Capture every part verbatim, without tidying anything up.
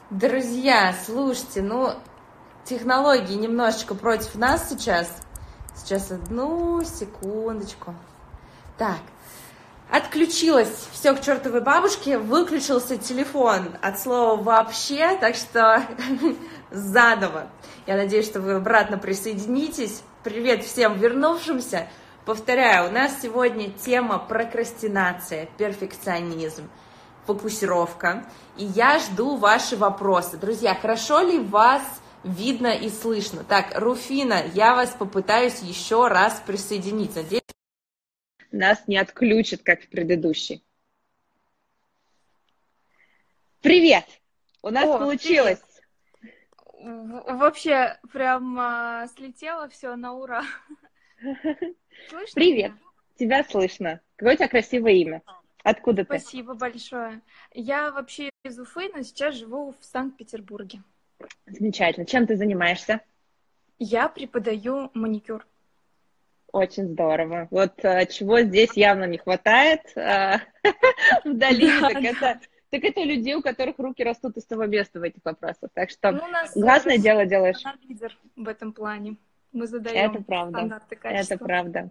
Друзья, слушайте, ну, технологии немножечко против нас сейчас. Сейчас одну секундочку. Так, отключилось все к чертовой бабушке, выключился телефон от слова «вообще», так что заново. Я надеюсь, что вы обратно присоединитесь. Привет всем вернувшимся. Повторяю, у нас сегодня тема прокрастинация, перфекционизм, фокусировка. И я жду ваши вопросы. Друзья, хорошо ли вас видно и слышно? Так, Руфина, я вас попытаюсь еще раз присоединить. Надеюсь, нас не отключат, как в предыдущей. Привет! У нас О, получилось. Привет. Вообще, прям а, слетело все на ура. Слышно Привет! меня? Тебя слышно. Какое у тебя красивое имя? Откуда ты? Спасибо большое. Я вообще из Уфы, но сейчас живу в Санкт-Петербурге. Замечательно. Чем ты занимаешься? Я преподаю маникюр. Очень здорово. Вот чего здесь явно не хватает вдали, Да, так да. это так это людей, у которых руки растут из того места в этих вопросах. Так что Ну, у нас классное Россия, дело делаешь. она лидер в этом плане. Мы Это задаем правда. стандарты Это качества. правда.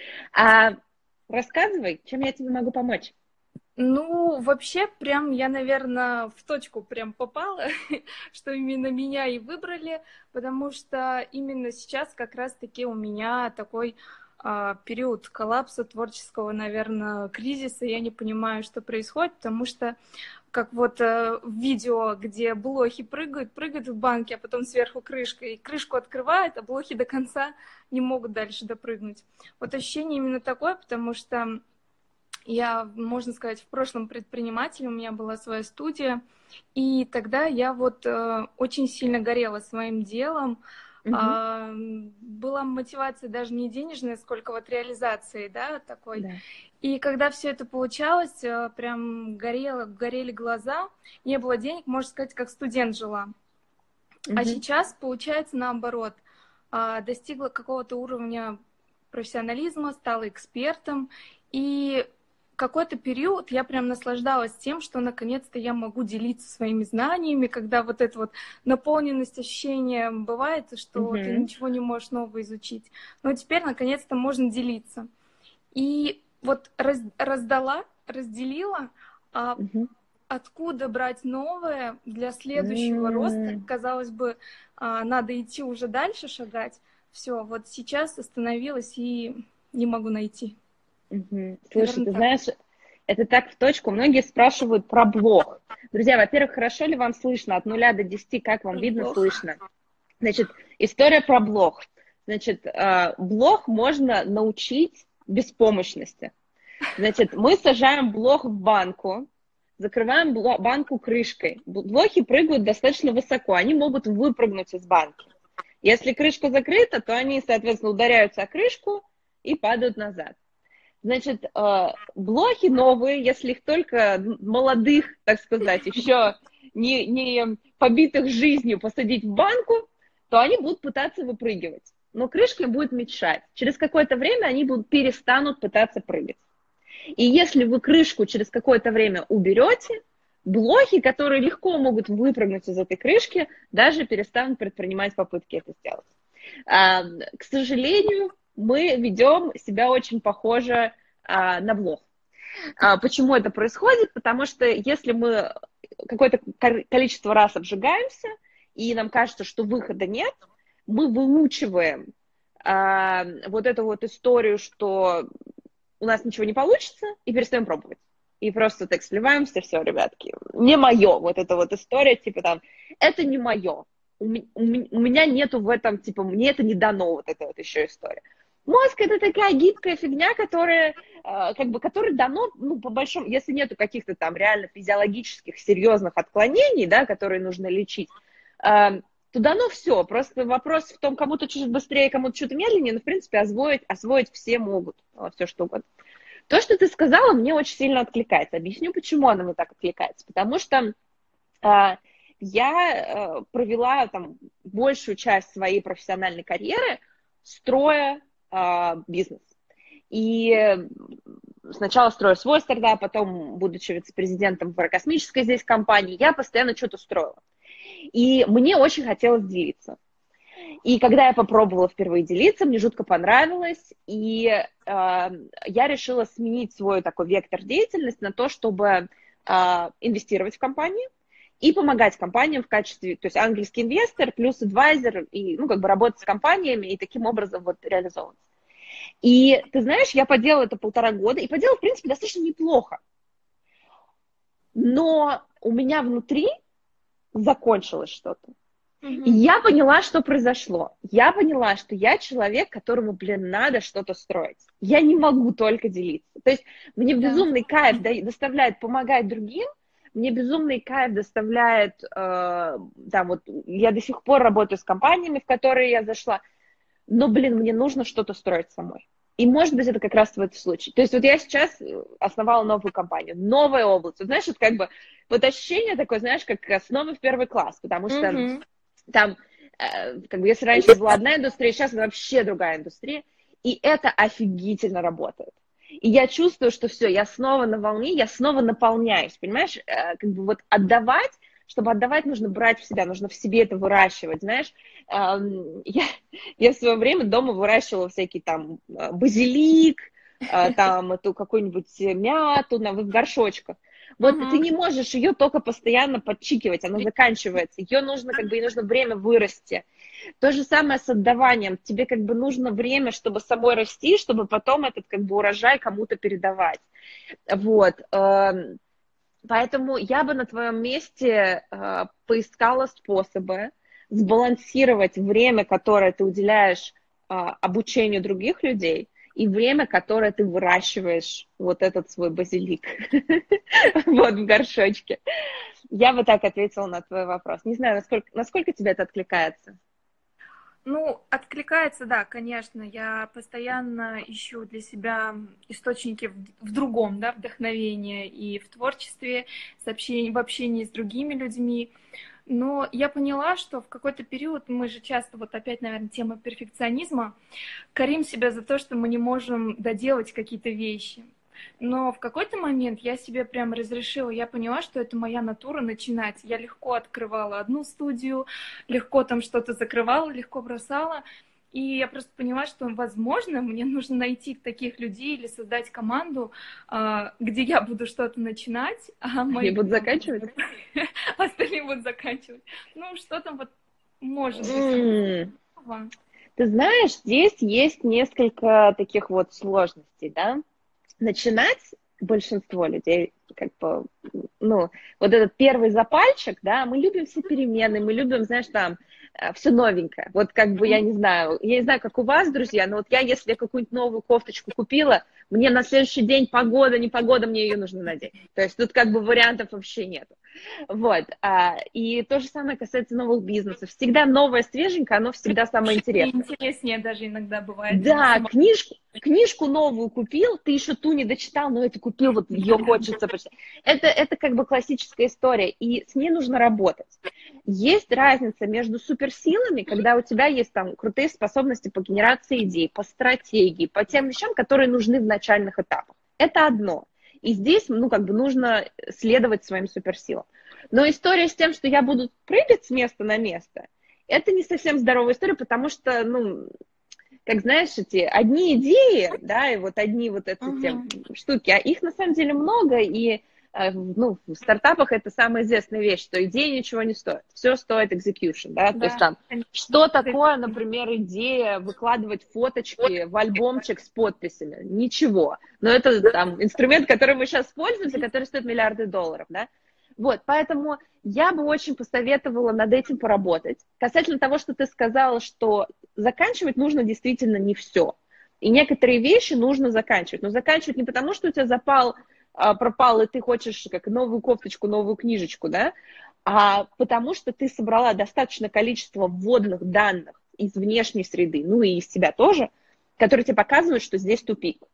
А рассказывай, чем я тебе могу помочь? Ну, вообще, прям я, наверное, в точку прям попала, что именно меня и выбрали, потому что именно сейчас как раз-таки у меня такой а, период коллапса творческого, наверное, кризиса. Я не понимаю, что происходит, потому что как вот э, в видео, где блохи прыгают, прыгают в банке, а потом сверху крышка, и крышку открывают, а блохи до конца не могут дальше допрыгнуть. Вот ощущение именно такое, потому что я, можно сказать, в прошлом предприниматель, у меня была своя студия, и тогда я вот э, очень сильно горела своим делом. Угу. Э, была мотивация даже не денежная, сколько вот реализации, да, такой. Да. И когда все это получалось, э, прям горело, горели глаза, не было денег, можно сказать, как студент жила. Угу. А сейчас, получается, наоборот, э, достигла какого-то уровня профессионализма, стала экспертом, и какой-то период я прям наслаждалась тем, что наконец-то я могу делиться своими знаниями, когда вот эта вот наполненность ощущения бывает, что Угу. ты ничего не можешь нового изучить. Но теперь наконец-то можно делиться. И вот раз, раздала, разделила, а Угу. откуда брать новое для следующего mm. роста? Казалось бы, надо идти уже дальше шагать. Все, вот сейчас остановилась и не могу найти. Угу. Слушай, Наверное, ты так. знаешь, это так в точку. Многие спрашивают про блог. Друзья, во-первых, хорошо ли вам слышно от нуля до десяти, как вам Про видно, блог. слышно? Значит, история про блог. Значит, блог можно научить беспомощности. Значит, мы сажаем блог в банку, закрываем банку крышкой. Блохи прыгают достаточно высоко, они могут выпрыгнуть из банки. Если крышка закрыта, то они, соответственно, ударяются о крышку и падают назад. Значит, блохи новые, если их только молодых, так сказать, еще не, не побитых жизнью посадить в банку, то они будут пытаться выпрыгивать. Но крышка будет мешать. Через какое-то время они будут, перестанут пытаться прыгать. И если вы крышку через какое-то время уберете, блохи, которые легко могут выпрыгнуть из этой крышки, даже перестанут предпринимать попытки это сделать. А, к сожалению, мы ведем себя очень похоже а, на блог. А, почему это происходит? Потому что если мы какое-то количество раз обжигаемся, и нам кажется, что выхода нет, мы выучиваем а, вот эту вот историю, что у нас ничего не получится, и перестаем пробовать. И просто так сливаемся, все, ребятки, не мое, вот эта вот история, типа там, это не мое, у, у, у меня нету в этом, типа, мне это не дано, вот эта вот еще история. Мозг — это такая гибкая фигня, которая, э, как бы, которой дано, ну, по большому, если нету каких-то там реально физиологических, серьезных отклонений, да, которые нужно лечить, э, то дано все. Просто вопрос в том, кому-то чуть быстрее, кому-то чуть медленнее, но, в принципе, освоить, освоить все могут, все что угодно. То, что ты сказала, мне очень сильно откликается. Объясню, почему оно мне так откликается. Потому что э, я э, провела там большую часть своей профессиональной карьеры, строя э, бизнес. И сначала строя свой стартап, потом, будучи вице-президентом в аэрокосмической здесь компании, я постоянно что-то строила. И мне очень хотелось делиться. И когда я попробовала впервые делиться, мне жутко понравилось, и э, я решила сменить свой такой вектор деятельности на то, чтобы э, инвестировать в компании и помогать компаниям в качестве, то есть ангельский инвестор плюс адвайзер, и, ну, как бы работать с компаниями и таким образом вот реализовывать. И ты знаешь, я поделала это полтора года, и поделала, в принципе, достаточно неплохо. Но у меня внутри закончилось что-то. И я поняла, что произошло. Я поняла, что я человек, которому, блин, надо что-то строить. Я не могу только делиться. То есть мне Да. безумный кайф доставляет помогать другим, мне безумный кайф доставляет, э, там вот, я до сих пор работаю с компаниями, в которые я зашла, но, блин, мне нужно что-то строить самой. И, может быть, это как раз в этом случае. То есть вот я сейчас основала новую компанию, новая область. Вот, знаешь, вот как бы вот ощущение такое, знаешь, как снова в первый класс, потому что Мгм. там, э, как бы, если раньше была одна индустрия, сейчас вообще другая индустрия, и это офигительно работает. И я чувствую, что все, я снова на волне, я снова наполняюсь, понимаешь? Э, как бы вот отдавать, чтобы отдавать, нужно брать в себя, нужно в себе это выращивать, знаешь? Эм, я, я в свое время дома выращивала всякий там э, базилик, э, там эту какую-нибудь мяту на, в горшочках. Вот Мгм. ты не можешь ее только постоянно подчикивать, она заканчивается. Ее нужно, как бы, ей нужно время вырасти. То же самое с отдаванием. Тебе как бы нужно время, чтобы самой расти, чтобы потом этот как бы урожай кому-то передавать. Вот. эм, Поэтому я бы на твоем месте э, поискала способы сбалансировать время, которое ты уделяешь э, обучению других людей, и время, которое ты выращиваешь вот этот свой базилик вот в горшочке. Я бы так ответила на твой вопрос. Не знаю, насколько, насколько тебе это откликается. Ну, откликается, да, конечно. Я постоянно ищу для себя источники в, в другом, да, вдохновения и в творчестве, с общении, в общении с другими людьми. Но я поняла, что в какой-то период мы же часто, вот опять, наверное, тема перфекционизма, корим себя за то, что мы не можем доделать какие-то вещи. Но в какой-то момент я себе прям разрешила, я поняла, что это моя натура начинать. Я легко открывала одну студию, легко там что-то закрывала, легко бросала. И я просто поняла, что, возможно, мне нужно найти таких людей или создать команду, а, где я буду что-то начинать, а мои... Они будут заканчивать? Остальные будут заканчивать. Ну, что там вот может быть. М. Ты знаешь, здесь есть несколько таких вот сложностей, да? Начинать большинство людей, как бы, ну, вот этот первый запальчик, да, мы любим все перемены, мы любим, знаешь, там, все новенькое. Вот как бы, я не знаю, я не знаю, как у вас, друзья, но вот я, если я какую-нибудь новую кофточку купила, мне на следующий день погода, не погода, мне ее нужно надеть. То есть тут как бы вариантов вообще нету. Вот. И то же самое касается новых бизнесов. Всегда новое, свеженькое, оно всегда самое интересное. Интереснее даже иногда бывает. Да, книжку, книжку новую купил, ты еще ту не дочитал, но эту купил, вот ее хочется почитать. Это, это как бы классическая история, и с ней нужно работать. Есть разница между суперсилами, когда у тебя есть там крутые способности по генерации идей, по стратегии, по тем вещам, которые нужны в начальных этапах. Это одно. И здесь, ну, как бы нужно следовать своим суперсилам. Но история с тем, что я буду прыгать с места на место, это не совсем здоровая история, потому что, ну, как знаешь, эти одни идеи, да, и вот одни вот эти uh-huh. штуки, а их на самом деле много, и ну, в стартапах это самая известная вещь, что идея ничего не стоит, все стоит execution, да, да. То есть там, что такое, например, идея выкладывать фоточки в альбомчик с подписями? Ничего, но это там инструмент, который мы сейчас пользуемся, который стоит миллиарды долларов, да. Вот, поэтому я бы очень посоветовала над этим поработать. Касательно того, что ты сказала, что заканчивать нужно действительно не все. И некоторые вещи нужно заканчивать. Но заканчивать не потому, что у тебя запал, пропал, и ты хочешь как новую кофточку, новую книжечку, да, а потому что ты собрала достаточное количество вводных данных из внешней среды, ну и из себя тоже, которые тебе показывают, что здесь тупик.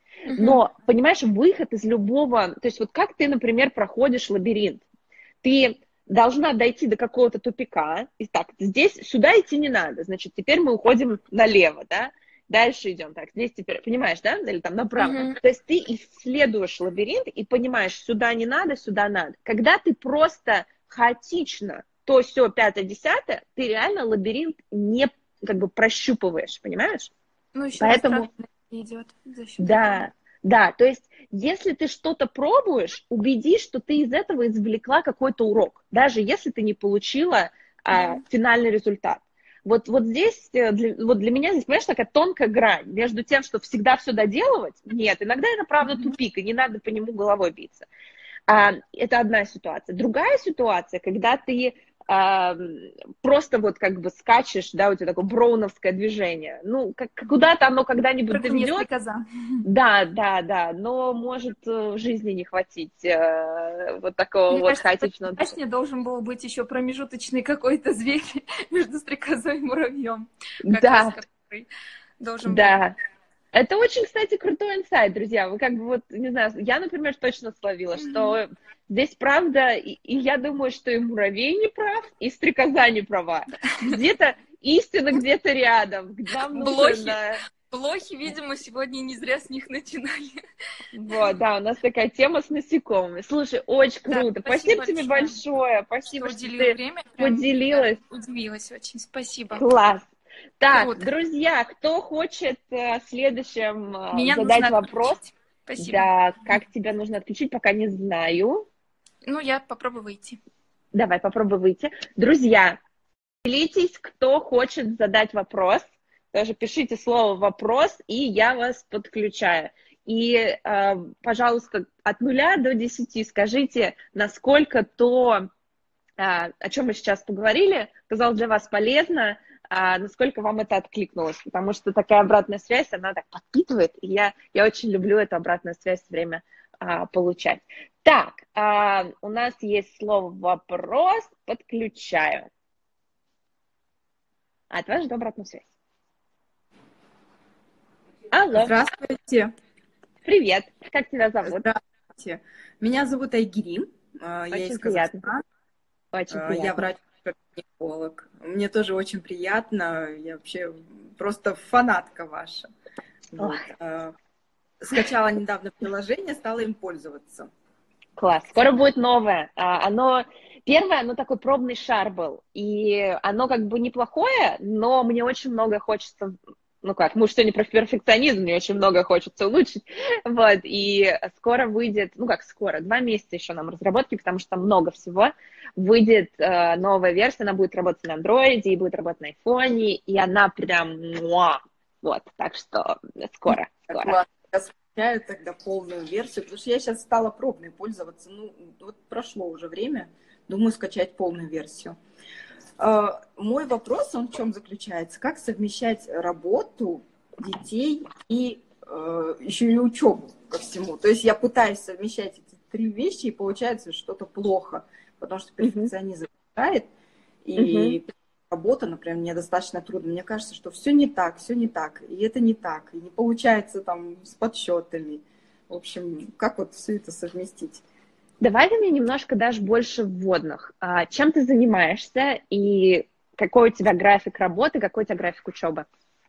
Но, понимаешь, выход из любого... То есть вот как ты, например, проходишь лабиринт. Ты должна дойти до какого-то тупика. И так, здесь, сюда идти не надо. Значит, теперь мы уходим налево, да? Дальше идем. Так, здесь теперь... Понимаешь, да? Или там направо. Uh-huh. То есть ты исследуешь лабиринт и понимаешь, сюда не надо, сюда надо. Когда ты просто хаотично то, сё, пятое, десятое, ты реально лабиринт не как бы прощупываешь, понимаешь? Ну, еще Поэтому, идет за счет да, этого. да, то есть, если ты что-то пробуешь, убедись, что ты из этого извлекла какой-то урок, даже если ты не получила а, Мгм. финальный результат. Вот, вот здесь, э, для, вот для меня здесь, понимаешь, такая тонкая грань между тем, что всегда все доделывать, нет, иногда это правда Мгм. тупик, и не надо по нему головой биться. А, это одна ситуация. Другая ситуация, когда ты а, просто вот как бы скачешь, да, у тебя такое броуновское движение. Ну, как, куда-то оно когда-нибудь Прыгну вне доведет. стрекоза. Да, да, да, но может э, в жизни не хватить э, вот такого Мне вот кажется, хаотичного движения. точнее должен был быть еще промежуточный какой-то зверь между стрекозой и муравьем, как раз Да, который должен был быть. да. Это очень, кстати, крутой инсайт, друзья. Вы как бы вот, не знаю, я, например, точно словила, Мгм. что здесь правда, и, и я думаю, что и муравей не прав, и стрекоза не права. Где-то истина, где-то рядом. Нам нужен... Блохи. э, Блохи, видимо, сегодня не зря с них начинали. Вот, да, у нас такая тема с насекомыми. Слушай, очень Да, круто. спасибо Спасибо тебе большое, большое. что Спасибо, что уделил ты время. Прям, да, поделилась. удивилась очень. Спасибо. Класс. Так, Круто. друзья, кто хочет э, следующим э, Меня задать нужно вопрос? отключить. Спасибо. Да, как тебя нужно отключить, пока не знаю. Ну, я попробую выйти. Давай, попробуй выйти. Друзья, делитесь, кто хочет задать вопрос. Тоже пишите слово «вопрос», и я вас подключаю. И, э, пожалуйста, от нуля до десяти скажите, насколько то, э, о чем мы сейчас поговорили, казалось для вас полезно, а насколько вам это откликнулось. Потому что такая обратная связь, она так подпитывает, и я, я очень люблю эту обратную связь все время а, получать. Так, а, у нас есть слово «вопрос», подключаю. А от вас жду обратную связь. Алло, Здравствуйте. привет, как тебя зовут? Здравствуйте. Меня зовут Айгерим. Я Очень из приятно. Казахстана. Очень Я приятно. врач-гинеколог. Мне тоже очень приятно. Я вообще просто фанатка ваша. Вот. Скачала недавно приложение, стала им пользоваться. Класс. Скоро будет новое. Оно первое, оно такой пробный шар был, и оно как бы неплохое, но мне очень много хочется, ну как, мы что не про перфекционизм, мне очень много хочется улучшить, вот, и скоро выйдет, ну как скоро, два месяца еще нам разработки, потому что там много всего, выйдет э, новая версия, она будет работать на андроиде, и будет работать на айфоне, и она прям, муа, вот, так что скоро, скоро. Я скачаю тогда полную версию, потому что я сейчас стала пробной пользоваться, ну, вот прошло уже время, думаю скачать полную версию. Мой вопрос, он в чем заключается? Как совмещать работу, детей и э, еще и учебу ко всему? То есть я пытаюсь совмещать эти три вещи, и получается что-то плохо, потому что перфекционизм мешает, и uh-huh. работа, например, мне достаточно трудно. Мне кажется, что все не так, все не так, и это не так, и не получается там с подсчетами. В общем, как вот все это совместить? Давай ты мне немножко дашь больше вводных. А, чем ты занимаешься и какой у тебя график работы, какой у тебя график учебы?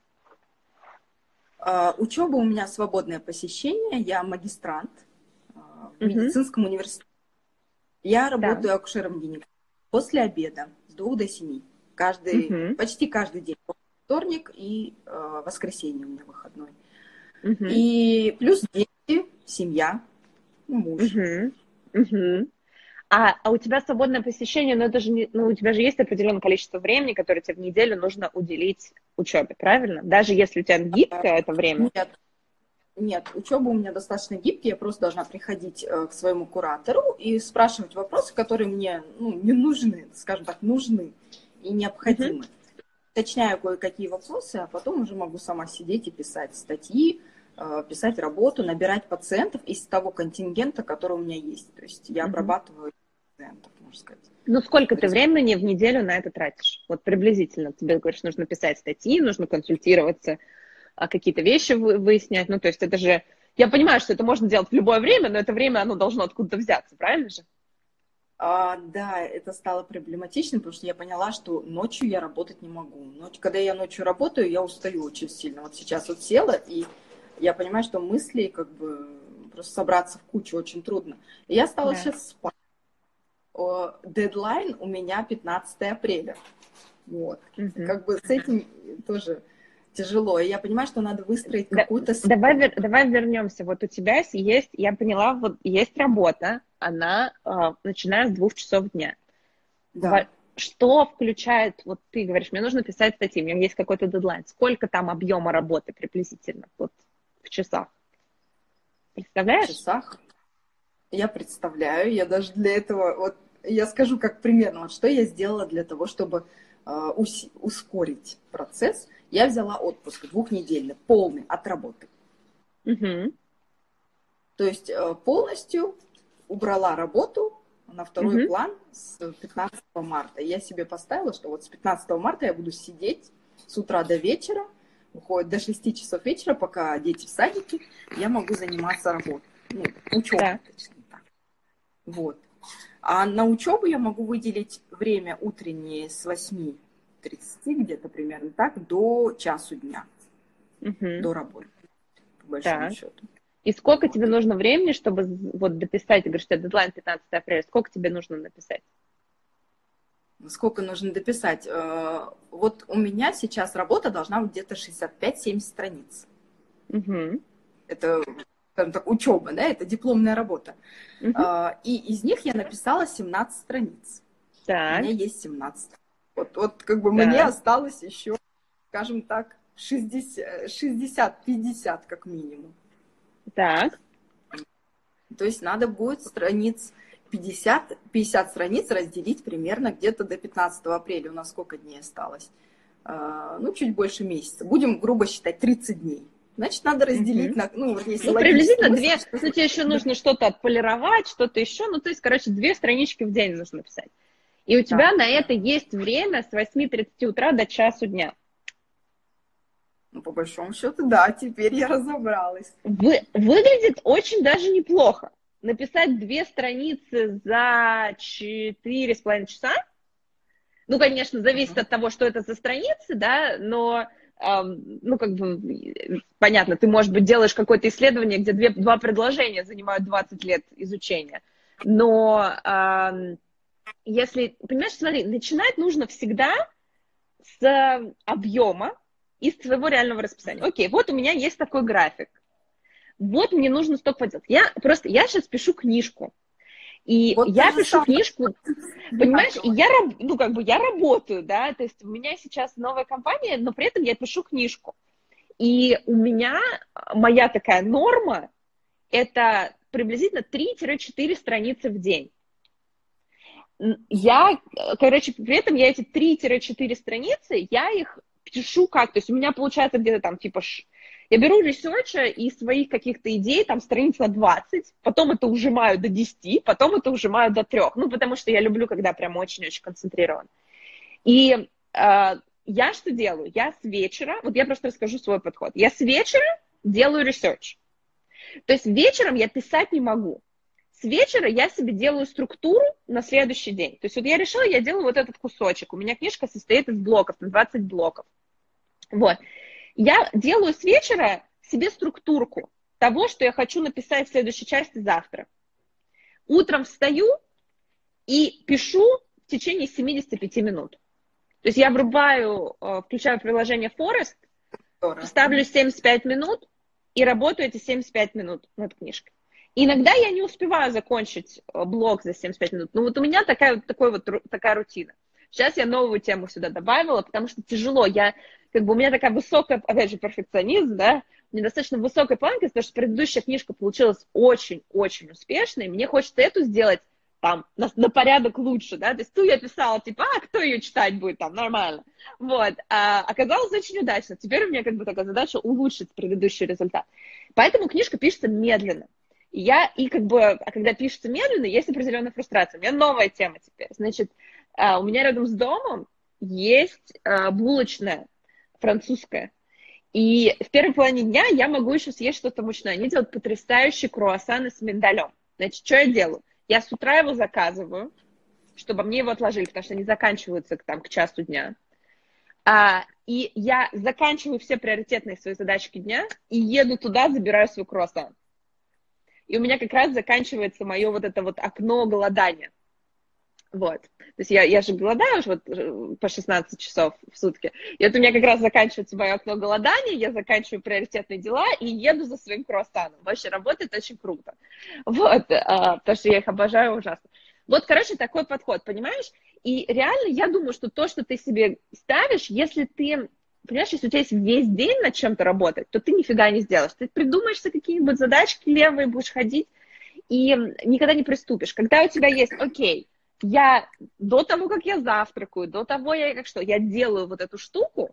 А, учеба у меня свободное посещение. Я магистрант а, в uh-huh. медицинском университете. Я работаю да. акушером-гинекологом после обеда с двух до семи. Каждый, uh-huh. почти каждый день. Вторник и э, воскресенье у меня выходной. Uh-huh. И плюс дети, семья, муж. Uh-huh. Угу. А, а у тебя свободное посещение, но это же не, ну, у тебя же есть определенное количество времени, которое тебе в неделю нужно уделить учебе, правильно? Даже если у тебя гибкое это время. Нет, нет, учеба у меня достаточно гибкая, я просто должна приходить э, к своему куратору и спрашивать вопросы, которые мне ну, не нужны, скажем так, нужны и необходимы. Угу. Уточняю кое-какие вопросы, а потом уже могу сама сидеть и писать статьи, писать работу, набирать пациентов из того контингента, который у меня есть. То есть я обрабатываю пациентов, можно сказать. Ну, сколько ты времени в неделю на это тратишь? Вот приблизительно. Тебе, говоришь, нужно писать статьи, нужно консультироваться, какие-то вещи выяснять. Ну, то есть это же... Я понимаю, что это можно делать в любое время, но это время, оно должно откуда-то взяться, правильно же? А, да, это стало проблематичным, потому что я поняла, что ночью я работать не могу. Ночью, когда я ночью работаю, я устаю очень сильно. Вот сейчас вот села и я понимаю, что мысли как бы просто собраться в кучу очень трудно. И я стала да. сейчас спать. дедлайн у меня пятнадцатое апреля. Вот. Мгм. Как бы с этим тоже тяжело. И я понимаю, что надо выстроить Да- какую-то... с- Давай, вер- давай вернемся. Вот у тебя есть, я поняла, вот есть работа, она а, начиная с двух часов дня. Да. Во- Что включает, вот ты говоришь, мне нужно писать статьи, у меня есть какой-то дедлайн. Сколько там объема работы приблизительно вот, в часах? В Представляешь? часах. Я представляю, я даже для этого, вот я скажу как примерно, вот что я сделала для того, чтобы э, ус- ускорить процесс. Я взяла отпуск двухнедельный, полный от работы. Мгм. То есть э, полностью убрала работу на второй Мгм. план с пятнадцатого марта. Я себе поставила, что вот с пятнадцатого марта я буду сидеть с утра до вечера, уходит до шести часов вечера, пока дети в садике, я могу заниматься работой. Ну, учебой, Да. точнее так. Вот. А на учебу я могу выделить время утреннее с восьми тридцати где-то примерно так, до часу дня, Мгм. до работы, по большому Так. счету. И сколько Вот. тебе нужно времени, чтобы з- вот дописать? Ты говоришь, что дедлайн пятнадцатого апреля. Сколько тебе нужно написать? Сколько нужно дописать? Э, Вот у меня сейчас работа должна быть где-то шестьдесят пять семьдесят страниц. Мгм. Это, скажем так, учеба, да, это дипломная работа. Мгм. Э, И из них я написала семнадцать страниц. У Так, меня есть семнадцать. Вот, вот как бы мне так, осталось еще, скажем так, шестьдесят пятьдесят как минимум. так, То есть надо будет страниц пятьдесят, пятьдесят страниц разделить примерно где-то до пятнадцатого апреля. У нас сколько дней осталось? А, Ну, чуть больше месяца. Будем, грубо считать, тридцать дней. Значит, надо разделить Мгм. на, ну, вот если Ну, логически приблизительно мыслить, две, что- ну, тебе еще нужно что-то отполировать, что-то еще, ну, то есть, короче, две странички в день нужно писать. И у тебя Да, на да. это есть время с восьми тридцати утра до часу дня. Ну, по большому счету, да, теперь я разобралась. Вы, выглядит очень даже неплохо. Написать две страницы за четыре с половиной часа. Ну, конечно, зависит Мгм. от того, что это за страницы, да, но, эм, ну, как бы, понятно, ты, может быть, делаешь какое-то исследование, где две, два предложения занимают двадцать лет изучения. Но эм, если, понимаешь, смотри, начинать нужно всегда с объема и с своего реального расписания. Окей, вот у меня есть такой график. Вот мне нужно столько поделать. Я просто, я сейчас пишу книжку. И Вот то я же пишу самое. книжку, понимаешь, и я, раб- ну, как бы, я работаю, да, то есть у меня сейчас новая компания, но при этом я пишу книжку. И у меня моя такая норма, это приблизительно три-четыре страницы в день. Я, короче, при этом я эти три-четыре страницы, я их пишу как, то есть у меня получается где-то там типа, ш- я беру ресерча и своих каких-то идей, там страниц на двадцать, потом это ужимаю до десяти, потом это ужимаю до трех, ну потому что я люблю, когда прям очень-очень концентрирован. И э, я что делаю? Я с вечера, вот я просто расскажу свой подход, я с вечера делаю ресерч, то есть вечером я писать не могу. С вечера я себе делаю структуру на следующий день. То есть вот я решила, я делаю вот этот кусочек. У меня книжка состоит из блоков, на двадцать блоков. Вот. Я делаю с вечера себе структурку того, что я хочу написать в следующей части завтра. Утром встаю и пишу в течение семидесяти пяти минут. То есть я врубаю, включаю приложение Forest, Здорово. ставлю семьдесят пять минут и работаю эти семьдесят пять минут над книжкой. Иногда я не успеваю закончить блог за семьдесят пять минут. Но вот у меня такая, такой вот, такая рутина. Сейчас я новую тему сюда добавила, потому что тяжело. Я, как бы, у меня такая высокая, опять же, перфекционизм, да, у меня достаточно высокая планка, потому что предыдущая книжка получилась очень-очень успешной. Мне хочется эту сделать там на, на порядок лучше, да, то есть ту я писала, типа, а кто ее читать будет там, нормально. Вот, а оказалось очень удачно. Теперь у меня как бы такая задача улучшить предыдущий результат. Поэтому книжка пишется медленно. И я, и как бы, а когда пишется медленно, есть определенная фрустрация. У меня новая тема теперь. Значит, у меня рядом с домом есть булочная французская. И в первой половине дня я могу еще съесть что-то мучное. Они делают потрясающие круассаны с миндалем. Значит, что я делаю? Я с утра его заказываю, чтобы мне его отложили, потому что они заканчиваются там, к часу дня. А, и я заканчиваю все приоритетные свои задачки дня и еду туда, забираю свой круассан. И у меня как раз заканчивается мое вот это вот окно голодания. Вот. То есть я, я же голодаю уже вот по шестнадцать часов в сутки. И вот у меня как раз заканчивается мое окно голодания, я заканчиваю приоритетные дела и еду за своим круассаном. Вообще работает очень круто. Вот. А, потому что я их обожаю ужасно. Вот, короче, такой подход, понимаешь? И реально я думаю, что то, что ты себе ставишь, если ты, понимаешь, если у тебя есть весь день над чем-то работать, то ты нифига не сделаешь. Ты придумаешься какие-нибудь задачки левые, будешь ходить и никогда не приступишь. Когда у тебя есть, окей, я до того, как я завтракаю, до того, я как что, я делаю вот эту штуку,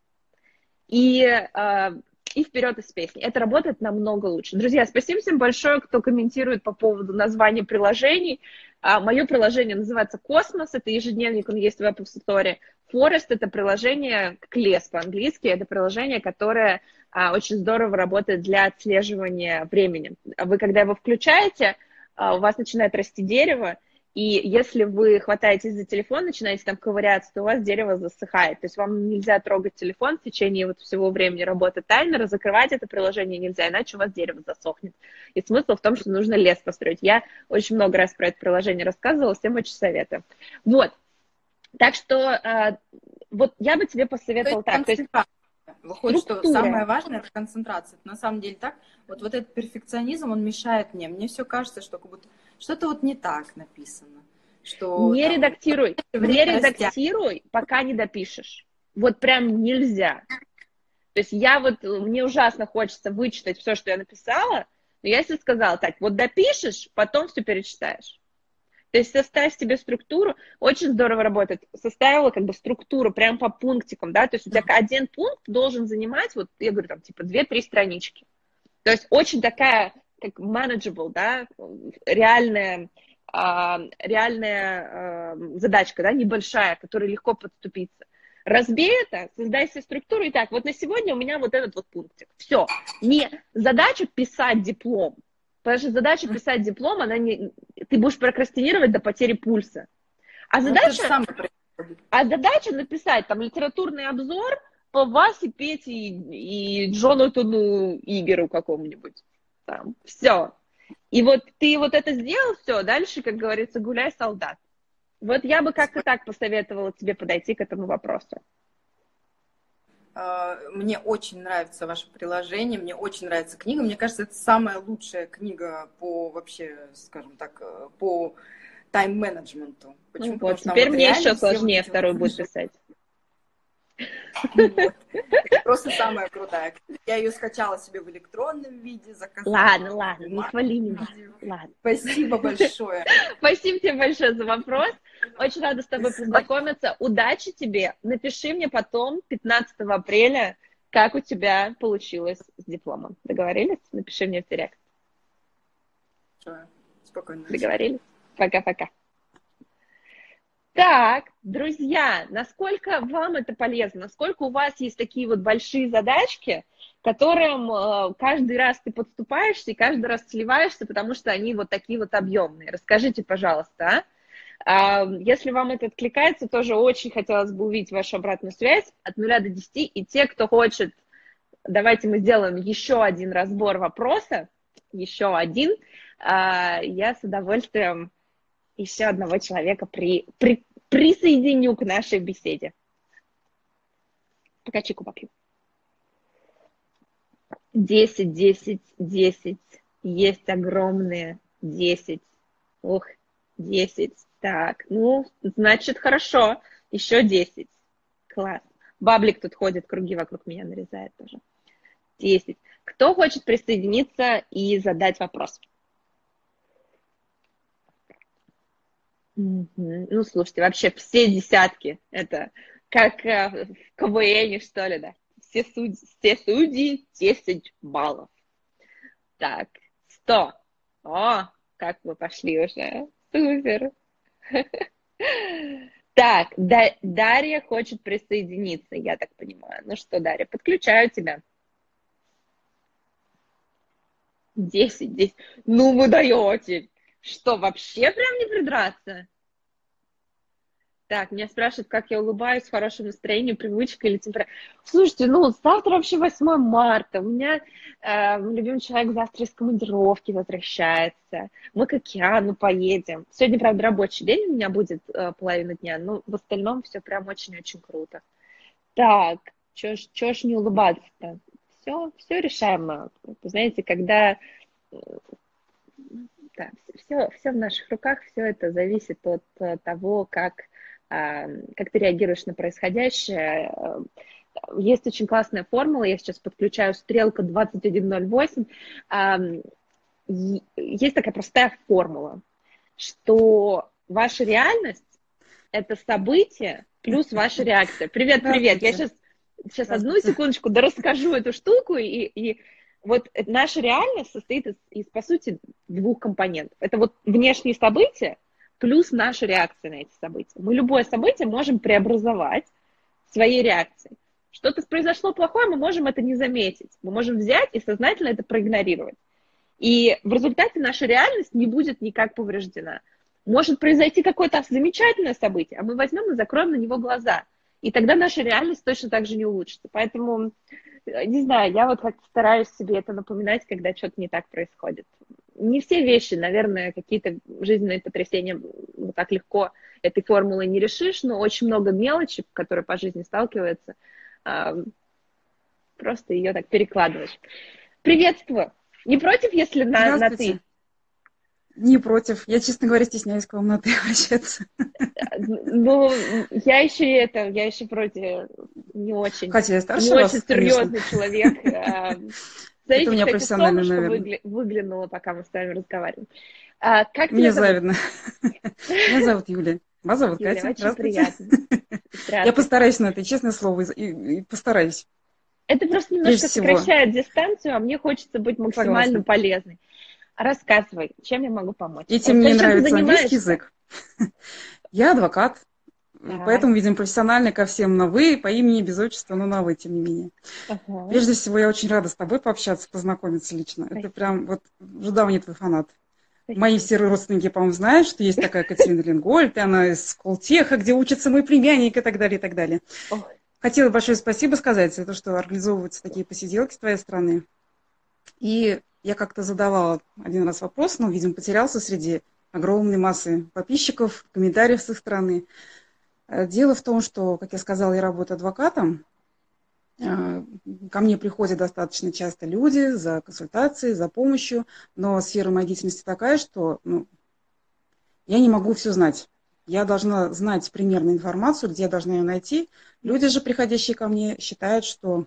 и, э, и вперед из песни. Это работает намного лучше. Друзья, спасибо всем большое, кто комментирует по поводу названия приложений. А, мое приложение называется «Космос», это ежедневник, он есть в App Store. Forest — это приложение, как лес по-английски, это приложение, которое а, очень здорово работает для отслеживания времени. Вы, когда его включаете, а, у вас начинает расти дерево, и если вы хватаетесь за телефон, начинаете там ковыряться, то у вас дерево засыхает. То есть вам нельзя трогать телефон в течение вот всего времени работы таймера, закрывать это приложение нельзя, иначе у вас дерево засохнет. И смысл в том, что нужно лес построить. Я очень много раз про это приложение рассказывала, всем очень советую. Вот. Так что э, вот я бы тебе посоветовала так. То есть выходит, структура. Что самое важное — это концентрация. На самом деле так, вот, вот этот перфекционизм, он мешает мне. Мне все кажется, что как будто что-то вот не так написано. Что, не там, редактируй, не редактируй, растя... пока не допишешь. Вот прям нельзя. То есть я вот, мне ужасно хочется вычитать все, что я написала, но я себе сказала, так, вот допишешь, потом все перечитаешь. То есть составь себе структуру, очень здорово работает. Составила как бы структуру прям по пунктикам, да, то есть у тебя один пункт должен занимать, вот я говорю, там, типа, две-три странички. То есть очень такая, как manageable, да, реальная, а, реальная а, задачка, да, небольшая, к которой легко подступиться. Разбей это, создай себе структуру, и так, вот на сегодня у меня вот этот вот пунктик. Все. Не задача писать диплом. Потому что задача писать диплом, она не... ты будешь прокрастинировать до потери пульса. А задача, а задача написать там литературный обзор по Васе, Пете и, и Джонатану Игеру какому-нибудь. Там. Все. И вот ты вот это сделал, все, дальше, как говорится, гуляй, солдат. Вот я бы как-то так посоветовала тебе подойти к этому вопросу. Мне очень нравится ваше приложение, мне очень нравится книга. Мне кажется, это самая лучшая книга по вообще, скажем так, по тайм-менеджменту. Ну вот, теперь вот мне еще сложнее вторую будет писать. Вот. Это просто самая крутая книга. Я ее скачала себе в электронном виде, заказала. Ладно, ладно, не хвали меня. Ладно. Спасибо большое. Спасибо тебе большое за вопрос. Очень рада с тобой познакомиться. Удачи тебе. Напиши мне потом, пятнадцатого апреля, как у тебя получилось с дипломом. Договорились? Напиши мне в директ. Спокойно. Договорились? Пока-пока. Так, друзья, насколько вам это полезно? Насколько у вас есть такие вот большие задачки, к которым э, каждый раз ты подступаешься и каждый раз сливаешься, потому что они вот такие вот объемные? Расскажите, пожалуйста, а? Если вам это откликается, тоже очень хотелось бы увидеть вашу обратную связь от нуля до десяти. И те, кто хочет, давайте мы сделаем еще один разбор вопроса, еще один. А, я с удовольствием еще одного человека при, при, присоединю к нашей беседе. Пока чайку попью. Десять, десять, десять. Есть огромные десять. Ух, десять. Так, ну, значит, хорошо. Еще десять. Класс. Баблик тут ходит, круги вокруг меня нарезает тоже. десять. Кто хочет присоединиться и задать вопрос? Ну, слушайте, вообще все десятки. Это как в КВНе, что ли, да? Все судьи, все судьи десять баллов. Так, сто. О, как вы пошли уже. Супер. Так, Дарья хочет присоединиться, я так понимаю. Ну что, Дарья, подключаю тебя. десять, десять. Ну, вы даете. Что, вообще прям не придраться? Так, меня спрашивают, как я улыбаюсь, в хорошем настроении, привычка или температура. Слушайте, ну, завтра вообще восьмое марта. У меня э, любимый человек завтра из командировки возвращается. Мы к океану поедем. Сегодня, правда, рабочий день у меня будет э, половина дня, но в остальном все прям очень-очень круто. Так, чё ж, чё ж не улыбаться-то? Все, все решаемо. Вы знаете, когда... Да, все, все в наших руках, все это зависит от того, как... как ты реагируешь на происходящее. Есть очень классная формула, я сейчас подключаю стрелка двадцать один ноль восемь. Есть такая простая формула, что ваша реальность – это событие плюс ваша реакция. Привет, привет, я сейчас, сейчас одну секундочку дорасскажу эту штуку, и, и вот наша реальность состоит из, из, по сути, двух компонентов. Это вот внешние события, плюс наша реакция на эти события. Мы любое событие можем преобразовать своей реакцией. Что-то произошло плохое, мы можем это не заметить. Мы можем взять и сознательно это проигнорировать. И в результате наша реальность не будет никак повреждена. Может произойти какое-то замечательное событие, а мы возьмем и закроем на него глаза. И тогда наша реальность точно так же не улучшится. Поэтому, не знаю, я вот как-то стараюсь себе это напоминать, когда что-то не так происходит. Не все вещи, наверное, какие-то жизненные потрясения вот так легко этой формулой не решишь, но очень много мелочи, которые по жизни сталкиваются, просто ее так перекладываешь. Приветствую! Не против, если на, на ты? Не против. Я, честно говоря, стесняюсь к вам на ты обращаться. Ну, я еще и это, я еще вроде не очень, Катя, я старше не вас, очень серьезный конечно. человек. Смотрите, это у меня кстати, профессионально, солнышко наверное. выглянуло, пока мы с вами разговариваем. А, как Мне тебя зовут? завидно. Меня зовут Юлия. Вас зовут Юлия, Катя. очень Здравствуйте. приятно. Я постараюсь на это, честное слово, и, и постараюсь. Это просто немножко всего. сокращает дистанцию, а мне хочется быть максимально Согласна. полезной. Рассказывай, чем я могу помочь? Этим мне Чем ты нравится занимаешься? английский язык. Я адвокат, Так. поэтому, видимо, профессионально ко всем на «вы», по имени, без отчества, но на «вы», тем не менее. Ага. Прежде всего, я очень рада с тобой пообщаться, познакомиться лично. Спасибо. Это прям вот уже давний твой фанат. Спасибо. Мои все родственники, по-моему, знают, что есть такая Катерина Ленгольд, и она из Сколтеха, где учится мой племянник и так далее, и так далее. Ох. Хотела большое спасибо сказать за то, что организовываются такие посиделки с твоей стороны. И я как-то задавала один раз вопрос, но, видимо, потерялся среди огромной массы подписчиков, комментариев с их стороны. Дело в том, что, как я сказала, я работаю адвокатом. Ко мне приходят достаточно часто люди за консультацией, за помощью, но сфера моей деятельности такая, что ну, я не могу все знать. Я должна знать примерно информацию, где я должна ее найти. Люди же, приходящие ко мне, считают, что...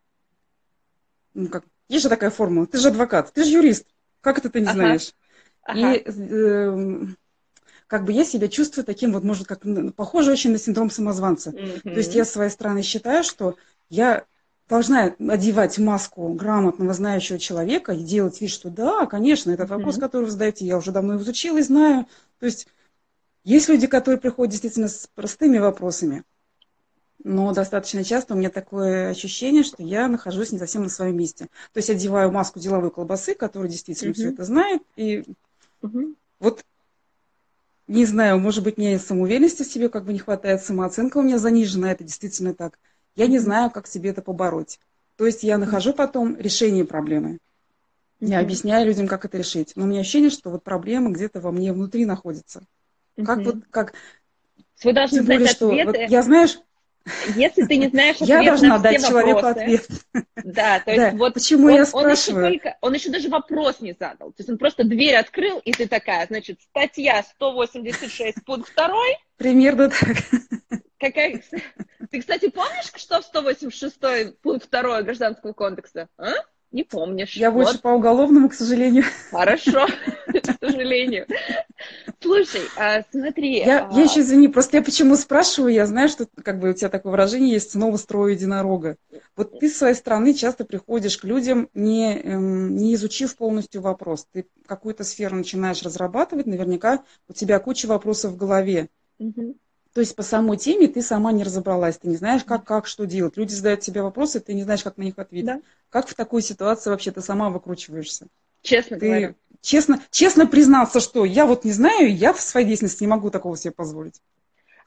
Ну, как, есть же такая формула. Ты же адвокат, ты же юрист. Как это ты не Ага. знаешь? Ага. И э, как бы я себя чувствую таким, вот, может, как похоже очень на синдром самозванца. Мгм. То есть я с своей стороны считаю, что я должна одевать маску грамотного, знающего человека и делать вид, что да, конечно, этот Мгм. вопрос, который вы задаете, я уже давно изучила и знаю. То есть есть люди, которые приходят действительно с простыми вопросами, но достаточно часто у меня такое ощущение, что я нахожусь не совсем на своем месте. То есть одеваю маску деловой колбасы, которая действительно Мгм. все это знает, и Мгм. вот не знаю, может быть, мне самоуверенности в себе как бы не хватает, самооценка у меня занижена, это действительно так. Я не Мгм. знаю, как себе это побороть. То есть я нахожу потом решение проблемы. Я Мгм. объясняю людям, как это решить. Но у меня ощущение, что вот проблема где-то во мне внутри находится. Как Мгм. вот, как... Вы должны Тем знать более, что ответы. вот я, знаешь, Если ты не знаешь я ответ должна на все дать человеку вопросы, ответ. да, то Да, есть вот почему он, я он еще спрашиваю? только, он еще даже вопрос не задал, то есть он просто дверь открыл, и ты такая, значит, статья сто восемьдесят шесть, пункт второй, Примерно так. какая... Ты, кстати, помнишь, что в сто восемьдесят шестой пункт второй Гражданского кодекса? А? Не помнишь. Я Вот. больше по уголовному, к сожалению. Хорошо, к сожалению. Слушай, а, смотри. Я, а, я еще, извини, просто я почему спрашиваю, я знаю, что как бы у тебя такое выражение есть, снова строю единорога. Вот ты с своей стороны часто приходишь к людям, не, эм, не изучив полностью вопрос. Ты какую-то сферу начинаешь разрабатывать, наверняка у тебя куча вопросов в голове. Мгм. То есть по самой теме ты сама не разобралась, ты не знаешь, как, как что делать. Люди задают тебе вопросы, ты не знаешь, как на них ответить. Да. Как в такой ситуации вообще ты сама выкручиваешься? Честно говоря. Ты честно, честно признаться, что я вот не знаю, я в своей деятельности не могу такого себе позволить.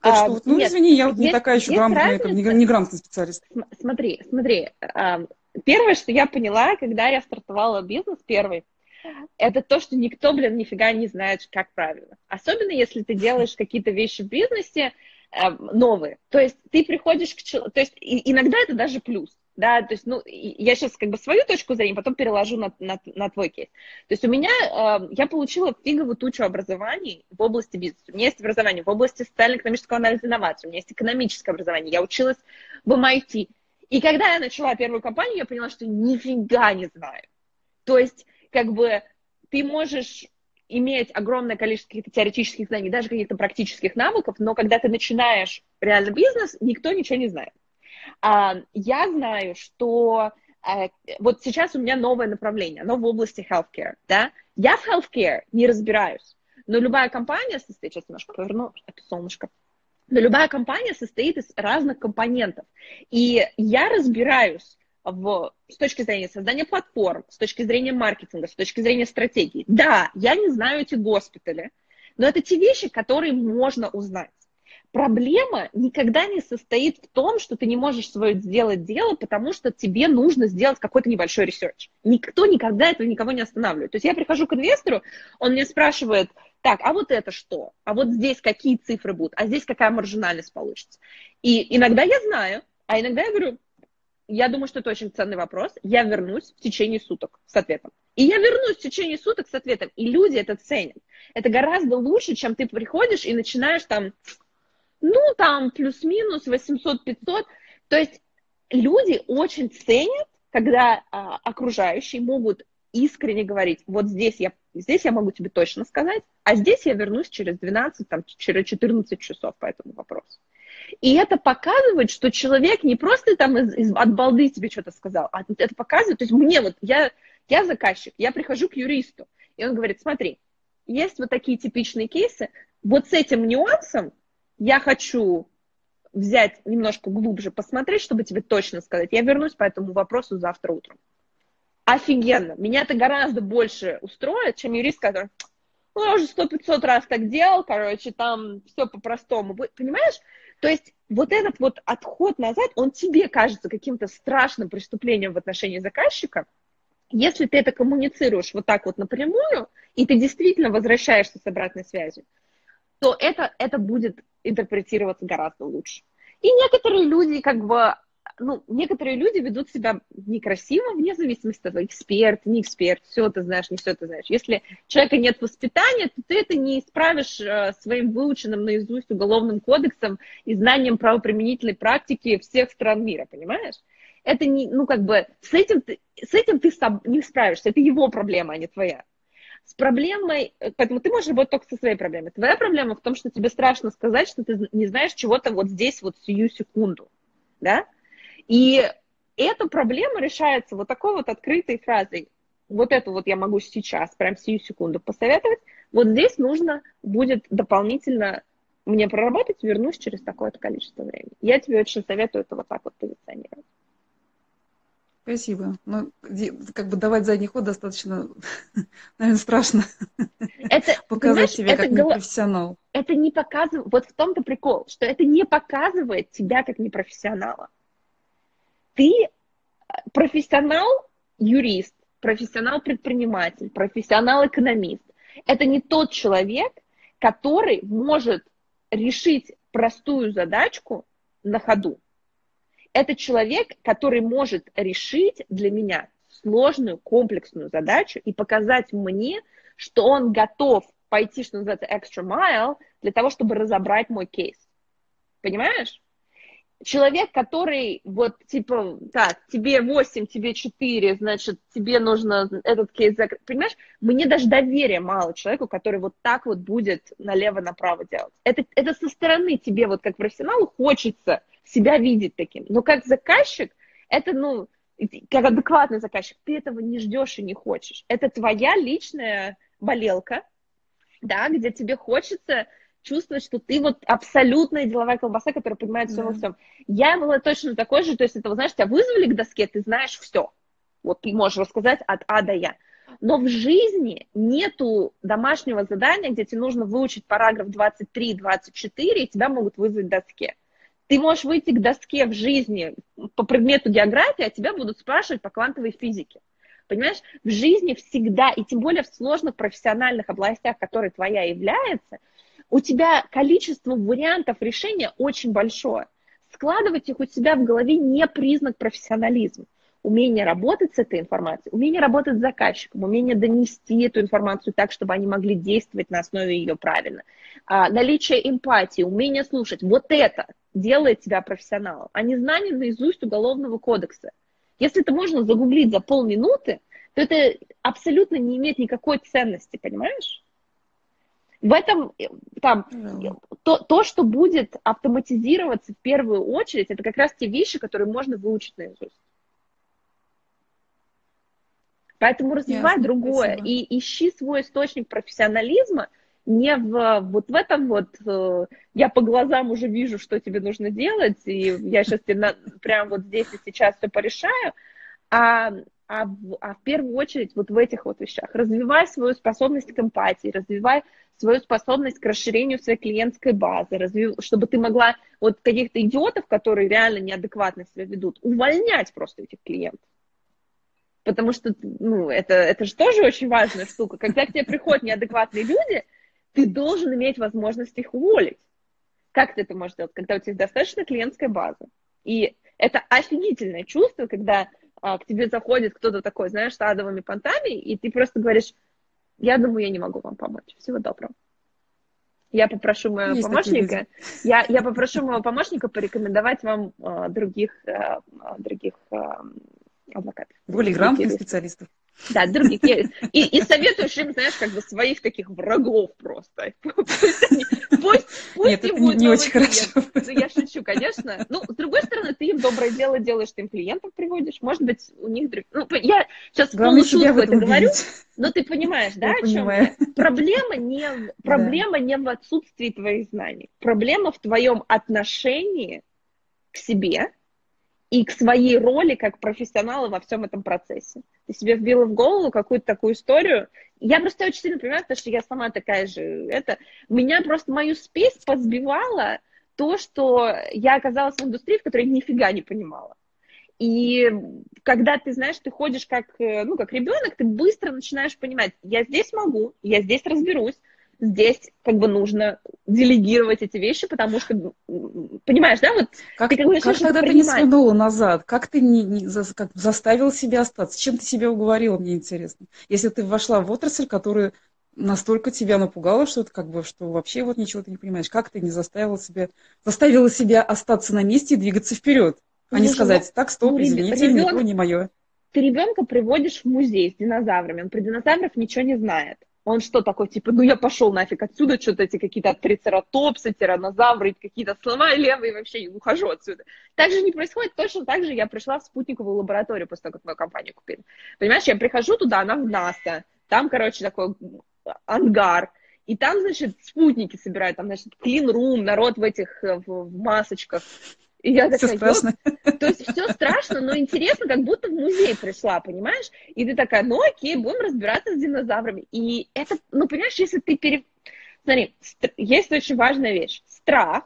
Так А, что, вот, ну, нет, извини, я вот не есть, такая еще есть грамотная, это, не, разница. не грамотный специалист. См- Смотри, смотри. а, Первое, что я поняла, когда я стартовала бизнес первый, это то, что никто, блин, нифига не знает, как правильно. Особенно, если ты делаешь какие-то вещи в бизнесе э, новые. То есть ты приходишь к человеку, то есть и, иногда это даже плюс. Да, то есть, ну, и- я сейчас как бы свою точку зрения, потом переложу на, на, на твой кейс. То есть у меня, э, я получила фиговую тучу образований в области бизнеса. У меня есть образование в области социально-экономического анализа инноваций, у меня есть экономическое образование, я училась в эм ай ти. И когда я начала первую компанию, я поняла, что нифига не знаю. То есть, как бы, ты можешь иметь огромное количество каких-то теоретических знаний, даже каких-то практических навыков, но когда ты начинаешь реально бизнес, никто ничего не знает. А, я знаю, что а, вот сейчас у меня новое направление, оно в области healthcare, да. Я в healthcare не разбираюсь, но любая компания состоит, сейчас немножко поверну, это солнышко, но любая компания состоит из разных компонентов, и я разбираюсь в, с точки зрения создания платформ, с точки зрения маркетинга, с точки зрения стратегии. Да, я не знаю эти госпитали, но это те вещи, которые можно узнать. Проблема никогда не состоит в том, что ты не можешь свое сделать дело, потому что тебе нужно сделать какой-то небольшой ресерч. Никто никогда этого никого не останавливает. То есть я прихожу к инвестору, он мне спрашивает, так, а вот это что? А вот здесь какие цифры будут? А здесь какая маржинальность получится? И иногда я знаю, а иногда я говорю, я думаю, что это очень ценный вопрос, я вернусь в течение суток с ответом. И я вернусь в течение суток с ответом, и люди это ценят. Это гораздо лучше, чем ты приходишь и начинаешь там... Ну, там плюс-минус восемьсот-пятьсот. То есть люди очень ценят, когда а, окружающие могут искренне говорить, вот здесь я, здесь я могу тебе точно сказать, а здесь я вернусь через двенадцать, там, через четырнадцать часов по этому вопросу. И это показывает, что человек не просто там из, из, от балды тебе что-то сказал, а это показывает, то есть мне вот, я, я заказчик, я прихожу к юристу, и он говорит, смотри, есть вот такие типичные кейсы, вот с этим нюансом я хочу взять немножко глубже, посмотреть, чтобы тебе точно сказать. Я вернусь по этому вопросу завтра утром. Офигенно. Меня это гораздо больше устроит, чем юрист, который, ну, я уже сто-пятьсот раз так делал, короче, там все по-простому. Понимаешь? То есть вот этот вот отход назад, он тебе кажется каким-то страшным преступлением в отношении заказчика. Если ты это коммуницируешь вот так вот напрямую, и ты действительно возвращаешься с обратной связью, то это, это будет интерпретироваться гораздо лучше. И некоторые люди, как бы, ну, некоторые люди ведут себя некрасиво, вне зависимости от того, эксперт, не эксперт, все ты знаешь, не все ты знаешь. Если у человека нет воспитания, то ты это не исправишь э, своим выученным наизусть уголовным кодексом и знанием правоприменительной практики всех стран мира, понимаешь? Это не, ну, как бы, с этим ты, с этим ты не справишься, это его проблема, а не твоя. С проблемой, поэтому ты можешь работать только со своей проблемой. Твоя проблема в том, что тебе страшно сказать, что ты не знаешь чего-то вот здесь вот сию секунду, да? И эта проблема решается вот такой вот открытой фразой. Вот это вот я могу сейчас, прям сию секунду посоветовать. Вот здесь нужно будет дополнительно мне проработать, вернусь через такое-то количество времени. Я тебе очень советую это вот так вот позиционировать. Спасибо. Ну, как бы давать задний ход достаточно, наверное, страшно. Это, показывать себя как непрофессионал. Это не показывает, вот в том-то прикол, что это не показывает тебя как непрофессионала. Ты профессионал-юрист, профессионал-предприниматель, профессионал-экономист. Это не тот человек, который может решить простую задачку на ходу. Это человек, который может решить для меня сложную, комплексную задачу и показать мне, что он готов пойти, что называется, extra mile, для того, чтобы разобрать мой кейс. Понимаешь? Человек, который вот типа, так, тебе восемь, тебе четыре, значит, тебе нужно этот кейс закрыть. Понимаешь? Мне даже доверия мало человеку, который вот так вот будет налево-направо делать. Это, это со стороны тебе, вот как профессионалу, хочется себя видеть таким. Но как заказчик, это, ну, как адекватный заказчик, ты этого не ждешь и не хочешь. Это твоя личная болелка, да, где тебе хочется чувствовать, что ты вот абсолютная деловая колбаса, которая понимает все во всем. Я была точно такой же, то есть это, знаешь, тебя вызвали к доске, ты знаешь все. Вот ты можешь рассказать от А до Я. Но в жизни нету домашнего задания, где тебе нужно выучить параграф двадцать три двадцать четыре, и тебя могут вызвать к доске. Ты можешь выйти к доске в жизни по предмету географии, а тебя будут спрашивать по квантовой физике. Понимаешь, в жизни всегда, и тем более в сложных профессиональных областях, которые твоя является, у тебя количество вариантов решения очень большое. Складывать их у себя в голове не признак профессионализма. Умение работать с этой информацией, умение работать с заказчиком, умение донести эту информацию так, чтобы они могли действовать на основе ее правильно. А, наличие эмпатии, умение слушать. Вот это делает тебя профессионалом, а не знание наизусть Уголовного кодекса. Если это можно загуглить за полминуты, то это абсолютно не имеет никакой ценности, понимаешь? В этом там, то, то, что будет автоматизироваться в первую очередь, это как раз те вещи, которые можно выучить наизусть. Поэтому развивай Ясно, другое спасибо. И ищи свой источник профессионализма не в, вот в этом вот, я по глазам уже вижу, что тебе нужно делать, и я сейчас тебе на, прямо вот здесь и сейчас все порешаю, а, а, в, а в первую очередь вот в этих вот вещах. Развивай свою способность к эмпатии, развивай свою способность к расширению своей клиентской базы, развив, чтобы ты могла вот каких-то идиотов, которые реально неадекватно себя ведут, увольнять просто этих клиентов. Потому что, ну, это, это же тоже очень важная штука. Когда к тебе приходят неадекватные люди, ты должен иметь возможность их уволить. Как ты это можешь делать? Когда у тебя достаточно клиентская база. И это офигительное чувство, когда а, к тебе заходит кто-то такой, знаешь, с адовыми понтами, и ты просто говоришь, я думаю, я не могу вам помочь. Всего доброго. Я попрошу моего Есть помощника, я, я попрошу моего помощника порекомендовать вам а, других, а, других а, адвокатов. Более грамотных специалистов. Да, других. И, и советуешь им, знаешь, как бы своих таких врагов просто. Пусть, они, пусть, пусть Нет, это не, не очень клиент. Хорошо. Ну, я шучу, конечно. Ну, с другой стороны, ты им доброе дело делаешь, ты им клиентов приводишь. Может быть, у них... Ну, я сейчас полушутку это говорю, но ты понимаешь, да, я о чем я? Проблема, не, проблема да. не в отсутствии твоих знаний. Проблема в твоем отношении к себе и к своей роли как профессионала во всем этом процессе. Ты себе вбила в голову какую-то такую историю. Я просто очень сильно понимаю, потому что я сама такая же. Это меня просто мою спесь позбивала то, что я оказалась в индустрии, в которой я нифига не понимала. И когда ты, знаешь, ты ходишь как, ну, как ребенок, ты быстро начинаешь понимать, я здесь могу, я здесь разберусь, здесь как бы нужно делегировать эти вещи, потому что, понимаешь, да, вот... Как, ты, как, бы, как тогда ты не свернула назад? Как ты не, не за, как заставила себя остаться? Чем ты себя уговорила, мне интересно? Если ты вошла в отрасль, которая настолько тебя напугала, что ты как бы, что вообще вот ничего ты не понимаешь, как ты не заставила себя, заставила себя остаться на месте и двигаться вперед, а не сказать, так, стоп, ну, извините, ребенок, никто не мое. Ты ребенка приводишь в музей с динозаврами, он про динозавров ничего не знает. Он что такой, типа, ну я пошел нафиг отсюда, что-то эти какие-то трицератопсы, тиранозавры, какие-то слова левые, вообще ухожу отсюда. Так же не происходит, точно так же я пришла в спутниковую лабораторию после того, как мою компанию купили. Понимаешь, я прихожу туда, она в НАСА, там, короче, такой ангар, и там, значит, спутники собирают, там, значит, клин-рум, народ в этих, в, в масочках. И я такая, все страшно. То есть все страшно, но интересно, как будто в музей пришла, понимаешь? И ты такая, ну окей, будем разбираться с динозаврами. И это, ну понимаешь, если ты пере... Смотри, есть очень важная вещь. Страх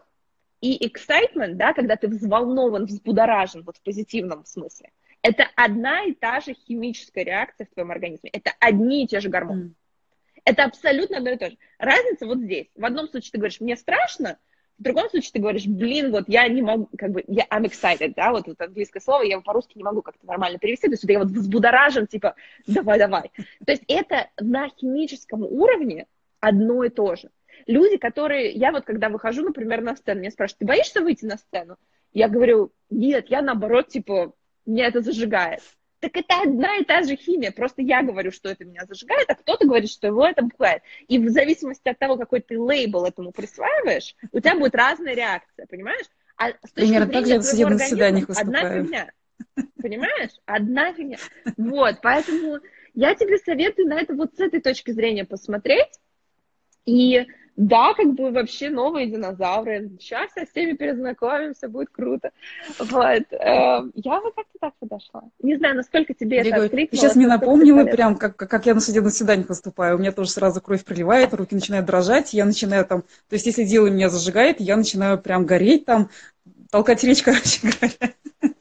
и excitement, да, когда ты взволнован, взбудоражен, вот в позитивном смысле, это одна и та же химическая реакция в твоем организме. Это одни и те же гормоны. Mm. Это абсолютно одно и то же. Разница вот здесь. В одном случае ты говоришь, мне страшно, в другом случае ты говоришь, блин, вот я не могу, как бы, я I'm excited, да, вот это английское слово, я его по-русски не могу как-то нормально перевести, то есть я вот взбудоражен, типа, давай-давай. То есть это на химическом уровне одно и то же. Люди, которые, я вот когда выхожу, например, на сцену, меня спрашивают, ты боишься выйти на сцену? Я говорю, нет, я наоборот, типа, меня это зажигает. Так это одна и та же химия, просто я говорю, что это меня зажигает, а кто-то говорит, что его это пугает. И в зависимости от того, какой ты лейбл этому присваиваешь, у тебя будет разная реакция, понимаешь? А с точки Примерно так же я в судебных заседаниях выступаю. Одна фигня, понимаешь? Одна фигня. Вот, поэтому я тебе советую на это вот с этой точки зрения посмотреть и Да, как бы вообще новые динозавры. Сейчас со всеми перезнакомимся, будет круто. Вот. э, Я вот как-то так подошла. Не знаю, насколько тебе Я это говорю, ты откликнулось, сейчас мне насколько ты напомнила полезно. прям, как, как я на судебных заседаниях выступаю. У меня тоже сразу кровь приливает, руки начинают дрожать, я начинаю там... То есть, если дело меня зажигает, я начинаю прям гореть там, толкать речь, короче говоря.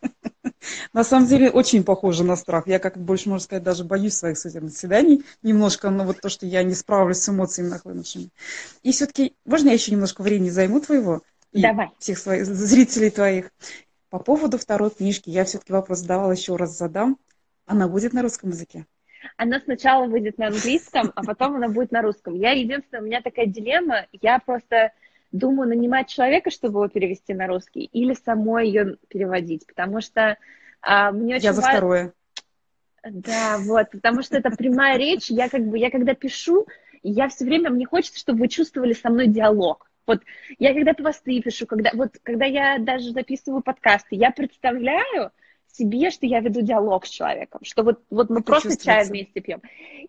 На самом деле, очень похоже на страх. Я, как больше, можно сказать, даже боюсь своих судебных заседаний немножко, но вот то, что я не справлюсь с эмоциями нахлынувшими. И все-таки, можно я еще немножко времени займу твоего и Давай. всех своих зрителей твоих? По поводу второй книжки, я все-таки вопрос задавала, еще раз задам. Она будет на русском языке? Она сначала выйдет на английском, а потом она будет на русском. Я единственное, у меня такая дилемма, я просто думаю нанимать человека, чтобы его перевести на русский, или самой ее переводить, потому что а, мне очень Я за ва- второе. Да, вот, потому что это прямая речь, я как бы, я когда пишу, я все время, мне хочется, чтобы вы чувствовали со мной диалог. Вот я когда посты пишу, когда, вот, когда я даже записываю подкасты, я представляю себе, что я веду диалог с человеком, что вот, вот мы Это просто чай чувствуется. вместе пьем.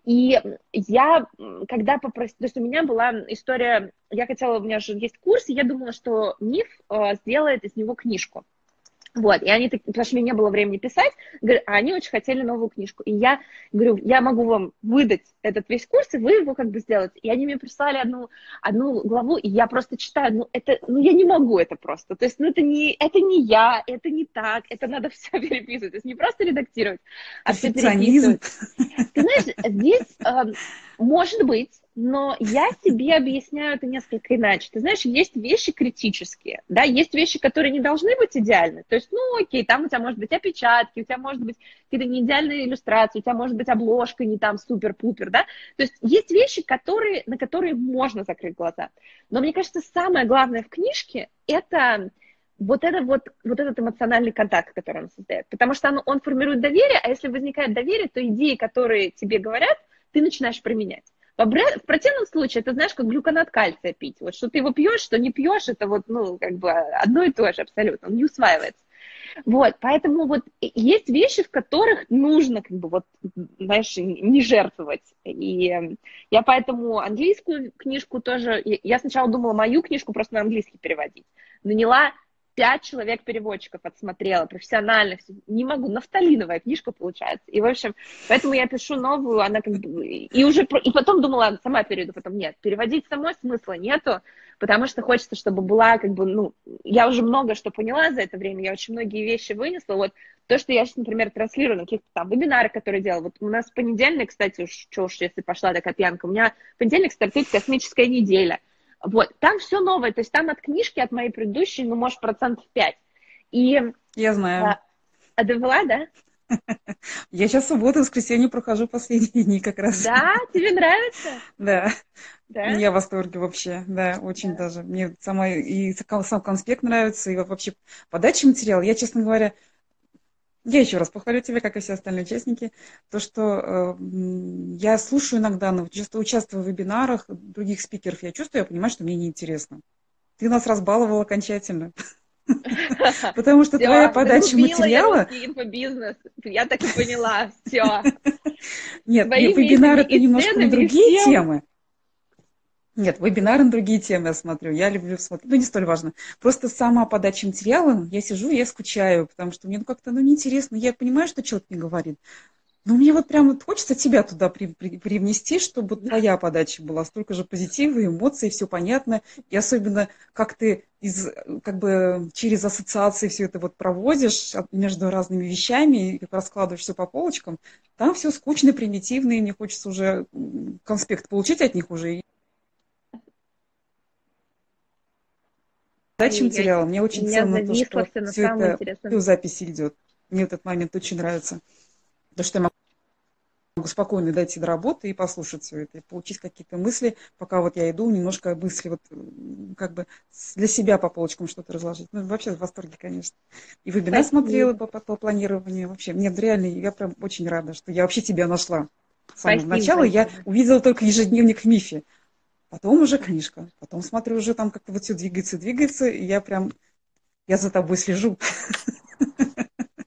И я, м, когда попросила, то есть у меня была история, я хотела, у меня же есть курс, и я думала, что МИФ э, сделает из него книжку. Вот, и они, так- потому что мне не было времени писать, говорю, а они очень хотели новую книжку. И я говорю, я могу вам выдать этот весь курс, и вы его как бы сделаете. И они мне прислали одну, одну главу, и я просто читаю, ну, это, ну, я не могу это просто. То есть, ну, это не, это не я, это не так, это надо все переписывать. То есть не просто редактировать, а все Перфекционизм. переписывать. Ты знаешь, здесь эм, может быть, но я себе объясняю это несколько иначе. Ты знаешь, есть вещи критические, да, есть вещи, которые не должны быть идеальны. То есть, ну, окей, там у тебя может быть опечатки, у тебя может быть какие-то неидеальные иллюстрации, у тебя может быть обложка не там супер-пупер, да. То есть есть вещи, которые, на которые можно закрыть глаза. Но мне кажется, самое главное в книжке – это вот, это вот, вот этот эмоциональный контакт, который он создает. Потому что он, он формирует доверие, а если возникает доверие, то идеи, которые тебе говорят, ты начинаешь применять. В противном случае, это знаешь, как глюконат кальция пить. Вот что ты его пьешь, что не пьешь, это вот, ну, как бы одно и то же абсолютно, он не усваивается. Вот, поэтому вот есть вещи, в которых нужно, как бы, вот, знаешь, не жертвовать. И я поэтому английскую книжку тоже, я сначала думала мою книжку просто на английский переводить. Наняла пять человек-переводчиков, отсмотрела, профессионально, все. Не могу, нафталиновая книжка получается. И, в общем, поэтому я пишу новую, она как бы... И уже, и потом думала, ладно, сама переведу, потом нет. Переводить самой смысла нету, потому что хочется, чтобы была, как бы, ну... Я уже много что поняла за это время, я очень многие вещи вынесла. Вот то, что я сейчас, например, транслирую на каких-то там вебинарах, которые делала. Вот у нас в понедельник, кстати, уж, что уж, если пошла такая пьянка, у меня в понедельник стартует космическая неделя. Вот, там все новое, то есть там от книжки, от моей предыдущей, ну, может, процентов пять. И... Я знаю. А, а довела, да? Я сейчас в субботу и воскресенье прохожу последние дни как раз. Да? Тебе нравится? Да. Да? Я в восторге вообще, да, очень Да. даже. Мне сама и сам конспект нравится, и вообще подача материала. Я, честно говоря, я еще раз похвалю тебя, как и все остальные участники, то, что э, я слушаю иногда, но часто участвую в вебинарах других спикеров, я чувствую, я понимаю, что мне неинтересно. Ты нас разбаловал окончательно. Потому что твоя подача материала... Я инфобизнес, я так и поняла, все. Нет, вебинары это немножко на другие темы. Нет, вебинары на другие темы я смотрю, я люблю смотреть, ну не столь важно. Просто сама подача материала, я сижу, я скучаю, потому что мне ну, как-то ну, неинтересно. Я понимаю, что человек мне говорит, но мне вот прям вот хочется тебя туда при, при, привнести, чтобы твоя подача была столько же позитива, эмоций, все понятно. И особенно, как ты из, как бы через ассоциации все это вот проводишь между разными вещами, и раскладываешь все по полочкам, там все скучно, примитивно, и мне хочется уже конспект получить от них уже. Подача материала. Мне очень ценно то, что все это в записи идет. Мне этот момент очень нравится. То, что я могу спокойно дойти до работы и послушать все это, и получить какие-то мысли, пока вот я иду, немножко мысли вот как бы для себя по полочкам что-то разложить. Ну, вообще в восторге, конечно. И вебинар смотрела по, по, по планированию. Вообще, мне реально, я прям очень рада, что я вообще тебя нашла. С самого начала я увидела только ежедневник в МИФе. Потом уже книжка. Потом смотрю, уже там как-то вот все двигается, двигается, и я прям, я за тобой слежу.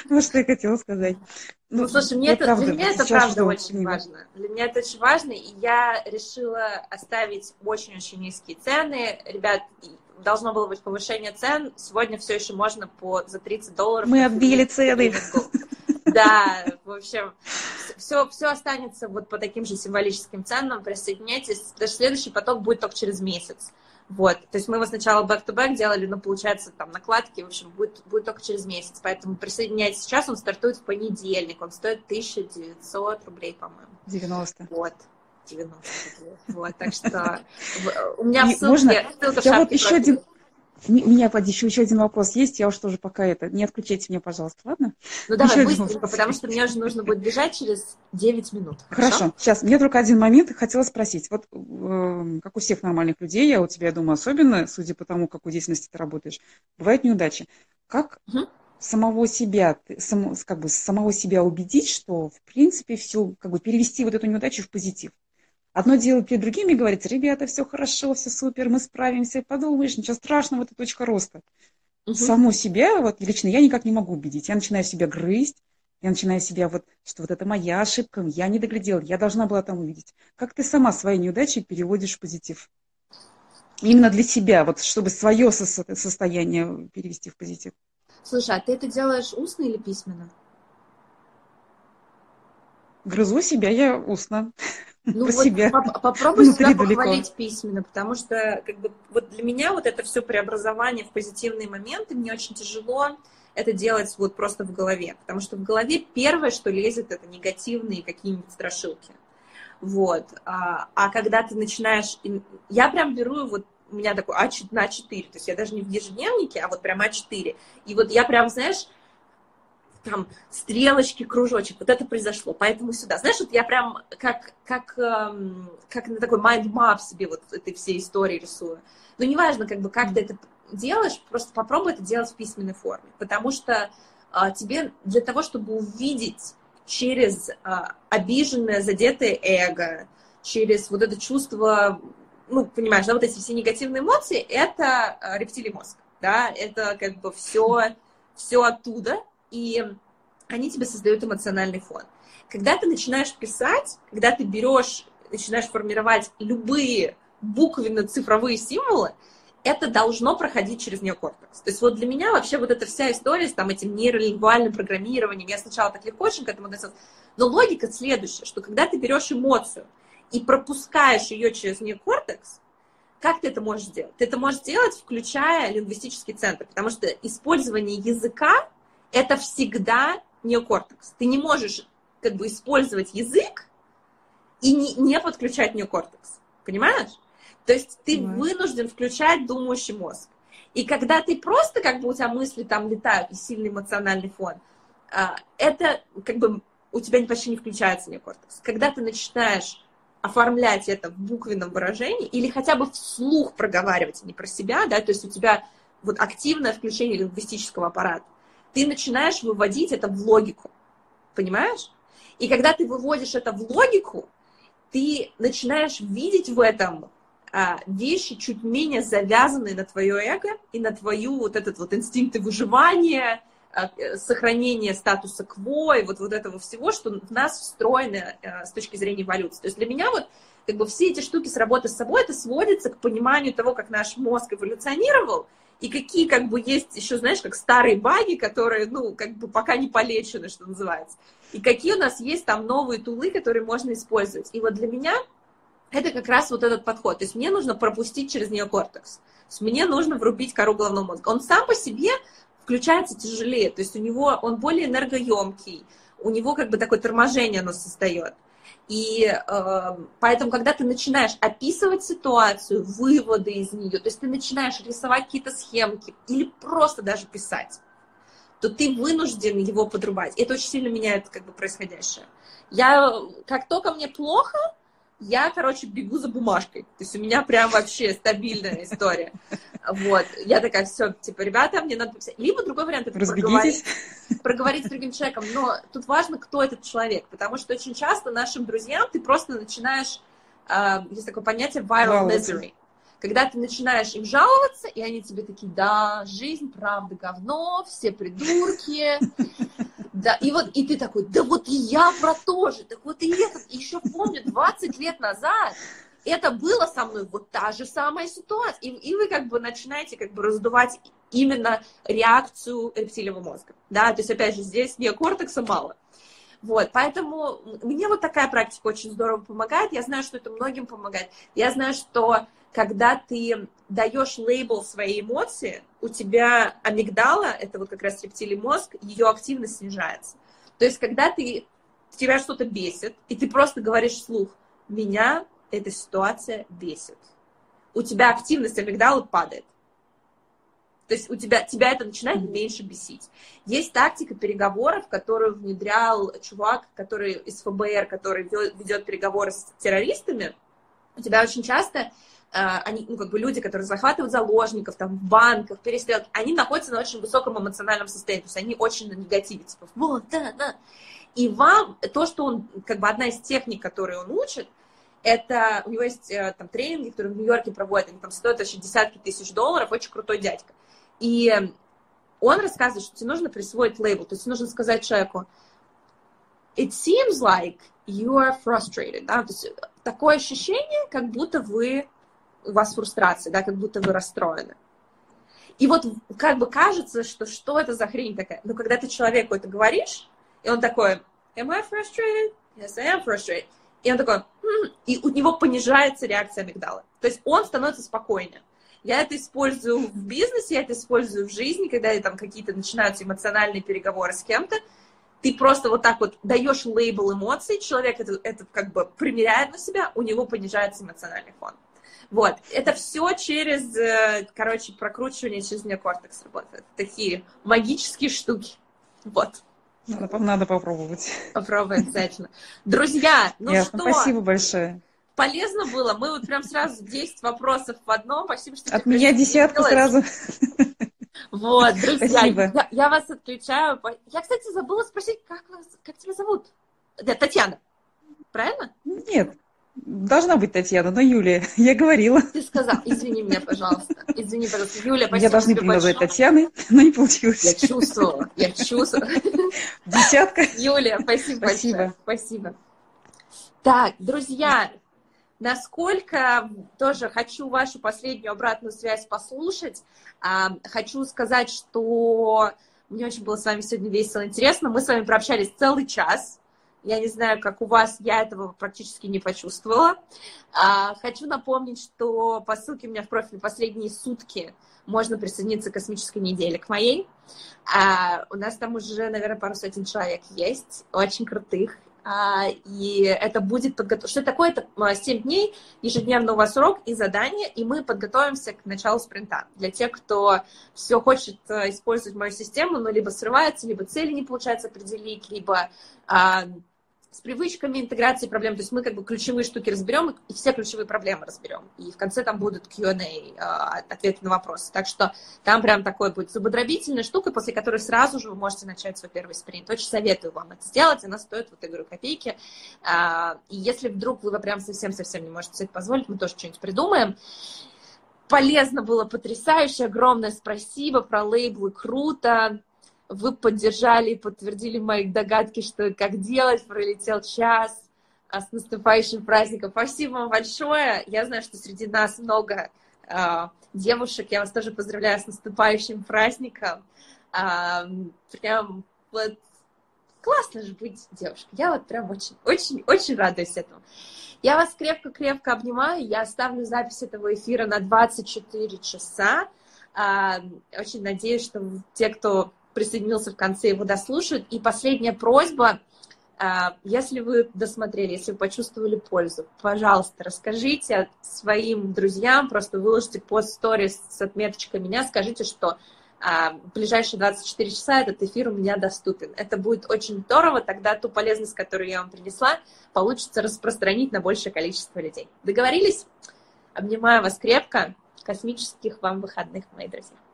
Вот что я хотела сказать. Ну, Ну, слушай, мне я это, правда для меня это сейчас правда жду очень книгу. важно. Для меня это очень важно, и я решила оставить очень-очень низкие цены. Ребят, и должно было быть повышение цен. Сегодня все еще можно по, за тридцать долларов. Мы отбили цены. Да, в общем, все, все останется вот по таким же символическим ценам. Присоединяйтесь. Даже следующий поток будет только через месяц. Вот, то есть мы его сначала back-to-back делали, но получается там накладки, в общем, будет, будет только через месяц. Поэтому присоединяйтесь. Сейчас он стартует в понедельник, он стоит тысяча девятьсот рублей, по-моему. девяносто. Вот, девяносто рублей. Вот, так что у меня в И ссылке, можно... ссылка в Я шапке вот еще профиля. один... М- Меня, Пади, еще, еще один вопрос есть, я уж тоже пока это... Не отключайте меня, пожалуйста, ладно? Ну давай Еще один быстренько, вопрос. потому что мне уже нужно будет бежать через девять минут. Хорошо, сейчас, мне только один момент хотела спросить. Вот э, как у всех нормальных людей, я у тебя, я думаю, особенно, судя по тому, какой деятельности ты работаешь, бывают неудачи. Как Мгм. самого себя, ты- само- как бы самого себя убедить, что, в принципе, все, как бы перевести вот эту неудачу в позитив? Одно дело перед другими говорить: ребята, все хорошо, все супер, мы справимся, подумаешь, ничего страшного, это точка роста. Мгм. Саму себя, вот лично я никак не могу убедить. Я начинаю себя грызть, я начинаю себя вот, что вот это моя ошибка, я не доглядела, я должна была там увидеть. Как ты сама свои неудачи переводишь в позитив? Именно для себя, вот чтобы свое со- состояние перевести в позитив. Слушай, а ты это делаешь устно или письменно? Грызу себя я устно, Ну про вот себя, поп- попробуй себя внутри далеко. похвалить письменно, потому что как бы, вот для меня вот это все преобразование в позитивные моменты, мне очень тяжело это делать вот просто в голове, потому что в голове первое, что лезет, это негативные какие-нибудь страшилки. Вот. А, а когда ты начинаешь... Я прям беру вот у меня такой а четыре, то есть я даже не в ежедневнике, а вот прям а четыре. И вот я прям, знаешь, там стрелочки, кружочек, вот это произошло, поэтому сюда. Знаешь, вот я прям как, как, эм, как на такой mind map себе вот этой всей истории рисую. Но неважно, как бы, как ты это делаешь, просто попробуй это делать в письменной форме, потому что а, тебе для того, чтобы увидеть через а, обиженное, задетое эго, через вот это чувство, ну, понимаешь, да, вот эти все негативные эмоции, это а, рептилий мозг, да, это как бы все, все оттуда, и они тебе создают эмоциональный фон. Когда ты начинаешь писать, когда ты берешь, начинаешь формировать любые буквенно-цифровые символы, это должно проходить через неокортекс. То есть вот для меня вообще вот эта вся история с там, этим нейролингвальным программированием, я сначала так легко очень к этому относилась, но логика следующая, что когда ты берешь эмоцию и пропускаешь ее через неокортекс, как ты это можешь сделать? Ты это можешь сделать, включая лингвистический центр, потому что использование языка – это всегда неокортекс. Ты не можешь как бы использовать язык и не, не подключать неокортекс. Понимаешь? То есть ты Понимаю. вынужден включать думающий мозг. И когда ты просто, как бы у тебя мысли там летают, и сильный эмоциональный фон, это как бы у тебя почти не включается неокортекс. Когда ты начинаешь оформлять это в буквенном выражении или хотя бы вслух проговаривать, не про себя, да, то есть у тебя вот активное включение лингвистического аппарата, ты начинаешь выводить это в логику, понимаешь? И когда ты выводишь это в логику, ты начинаешь видеть в этом а, вещи чуть менее завязанные на твое эго и на твою вот этот вот инстинкты выживания, а, сохранение статуса кво и вот, вот этого всего, что в нас встроено а, с точки зрения эволюции. То есть для меня вот как бы все эти штуки с работы с собой, это сводится к пониманию того, как наш мозг эволюционировал, и какие, как бы, есть еще, знаешь, как старые баги, которые, ну, как бы пока не полечены, что называется. И какие у нас есть там новые тулы, которые можно использовать. И вот для меня это как раз вот этот подход. То есть мне нужно пропустить через неокортекс. То есть мне нужно врубить кору головного мозга. Он сам по себе включается тяжелее. То есть у него, он более энергоемкий. У него как бы такое торможение оно создает. И э, поэтому, когда ты начинаешь описывать ситуацию, выводы из нее, то есть ты начинаешь рисовать какие-то схемки или просто даже писать, то ты вынужден его подрубать. И это очень сильно меняет как бы происходящее. Я, как только мне плохо, я, короче, бегу за бумажкой. То есть у меня прям вообще стабильная история. Вот. Я такая, все, типа, ребята, мне надо писать. Либо другой вариант, это проговорить, проговорить с другим человеком. Но тут важно, кто этот человек. Потому что очень часто нашим друзьям ты просто начинаешь, э, есть такое понятие viral misery. Когда ты начинаешь им жаловаться, и они тебе такие, да, жизнь, правда, говно, все придурки. Да, и вот, и ты такой, да вот и я про то же, так вот и этот, и еще помню, двадцать лет назад это было со мной вот та же самая ситуация. И, и вы как бы начинаете как бы раздувать именно реакцию рептильного мозга, да, то есть, опять же, здесь неокортекса мало. Вот, поэтому мне вот такая практика очень здорово помогает, я знаю, что это многим помогает, я знаю, что когда ты даешь лейбл своей эмоции, у тебя амигдала, это вот как раз рептильный мозг, ее активность снижается. То есть, когда ты, тебя что-то бесит, и ты просто говоришь вслух, меня эта ситуация бесит, у тебя активность амигдалы падает. То есть у тебя, тебя это начинает меньше бесить. Есть тактика переговоров, которую внедрял чувак, который из эф бэ эр, который ведет переговоры с террористами. У тебя очень часто они, ну, как бы люди, которые захватывают заложников там, в банках, перестрелки, они находятся на очень высоком эмоциональном состоянии, то есть они очень на негативе, типа, вот, да, да. И вам, то, что он, как бы одна из техник, которые он учит, это, у него есть там тренинги, которые в Нью-Йорке проводят, они там стоят вообще десятки тысяч долларов, очень крутой дядька. И он рассказывает, что тебе нужно присвоить лейбл, то есть нужно сказать человеку, it seems like you are frustrated, да, то есть такое ощущение, как будто вы у вас фрустрация, да, как будто вы расстроены. И вот как бы кажется, что что это за хрень такая. Но когда ты человеку это говоришь, и он такой, am I frustrated? Yes, I am frustrated. И он такой, hm", и у него понижается реакция амигдалы. То есть он становится спокойнее. Я это использую в бизнесе, я это использую в жизни, когда там какие-то начинаются эмоциональные переговоры с кем-то. Ты просто вот так вот даешь лейбл эмоций, человек это, это как бы примеряет на себя, у него понижается эмоциональный фон. Вот, это все через, короче, прокручивание через неокортекс работает. Такие магические штуки. Вот. Надо, надо попробовать. Попробуем, обязательно. Друзья, ну Ясно. что? Спасибо большое. Полезно было. Мы вот прям сразу десять вопросов в одном. Спасибо, что От меня десятку сразу. Вот, друзья, я, я вас отключаю. Я, кстати, забыла спросить, как, вас, как тебя зовут? Да, Татьяна. Правильно? Нет. Должна быть Татьяна, но Юлия, я говорила. Ты сказала, извини меня, пожалуйста. Извини, пожалуйста. Юля, спасибо. Я должна была назвать Татьяной, но не получилось. Я чувствовала, я чувствовала. Десятка. Юлия, спасибо, спасибо большое. Спасибо. Так, друзья, насколько тоже хочу вашу последнюю обратную связь послушать. Хочу сказать, что мне очень было с вами сегодня весело, интересно. Мы с вами прообщались целый час. Я не знаю, как у вас, я этого практически не почувствовала. А, хочу напомнить, что по ссылке у меня в профиле последние сутки можно присоединиться к космической неделе, к моей. А, у нас там уже, наверное, пару сотен человек есть, очень крутых. А, и это будет подготовка. Что такое? Это семь дней, ежедневно у вас урок и задание, и мы подготовимся к началу спринта. Для тех, кто все хочет использовать мою систему, но либо срывается, либо цели не получается определить, либо а, с привычками интеграции проблем. То есть мы как бы ключевые штуки разберем и все ключевые проблемы разберем. И в конце там будут кью энд эй, ответы на вопросы. Так что там прям такой будет зубодробительная штука, после которой сразу же вы можете начать свой первый спринт. Очень советую вам это сделать. Она стоит, вот я говорю, копейки. И если вдруг вы прям совсем-совсем не можете себе это позволить, мы тоже что-нибудь придумаем. Полезно было, потрясающе. Огромное спасибо про лейблы. Круто. Вы поддержали и подтвердили мои догадки, что и как делать. Пролетел час. А с наступающим праздником. Спасибо вам большое. Я знаю, что среди нас много э, девушек. Я вас тоже поздравляю с наступающим праздником. Э, прям вот классно же быть девушкой. Я вот прям очень, очень, очень радуюсь этому. Я вас крепко-крепко обнимаю. Я оставлю запись этого эфира на двадцать четыре часа. Э, очень надеюсь, что те, кто присоединился в конце, его дослушают. И последняя просьба, если вы досмотрели, если вы почувствовали пользу, пожалуйста, расскажите своим друзьям, просто выложите пост сторис с отметочкой меня, скажите, что в ближайшие двадцать четыре часа этот эфир у меня доступен. Это будет очень здорово, тогда ту полезность, которую я вам принесла, получится распространить на большее количество людей. Договорились? Обнимаю вас крепко. Космических вам выходных, мои друзья.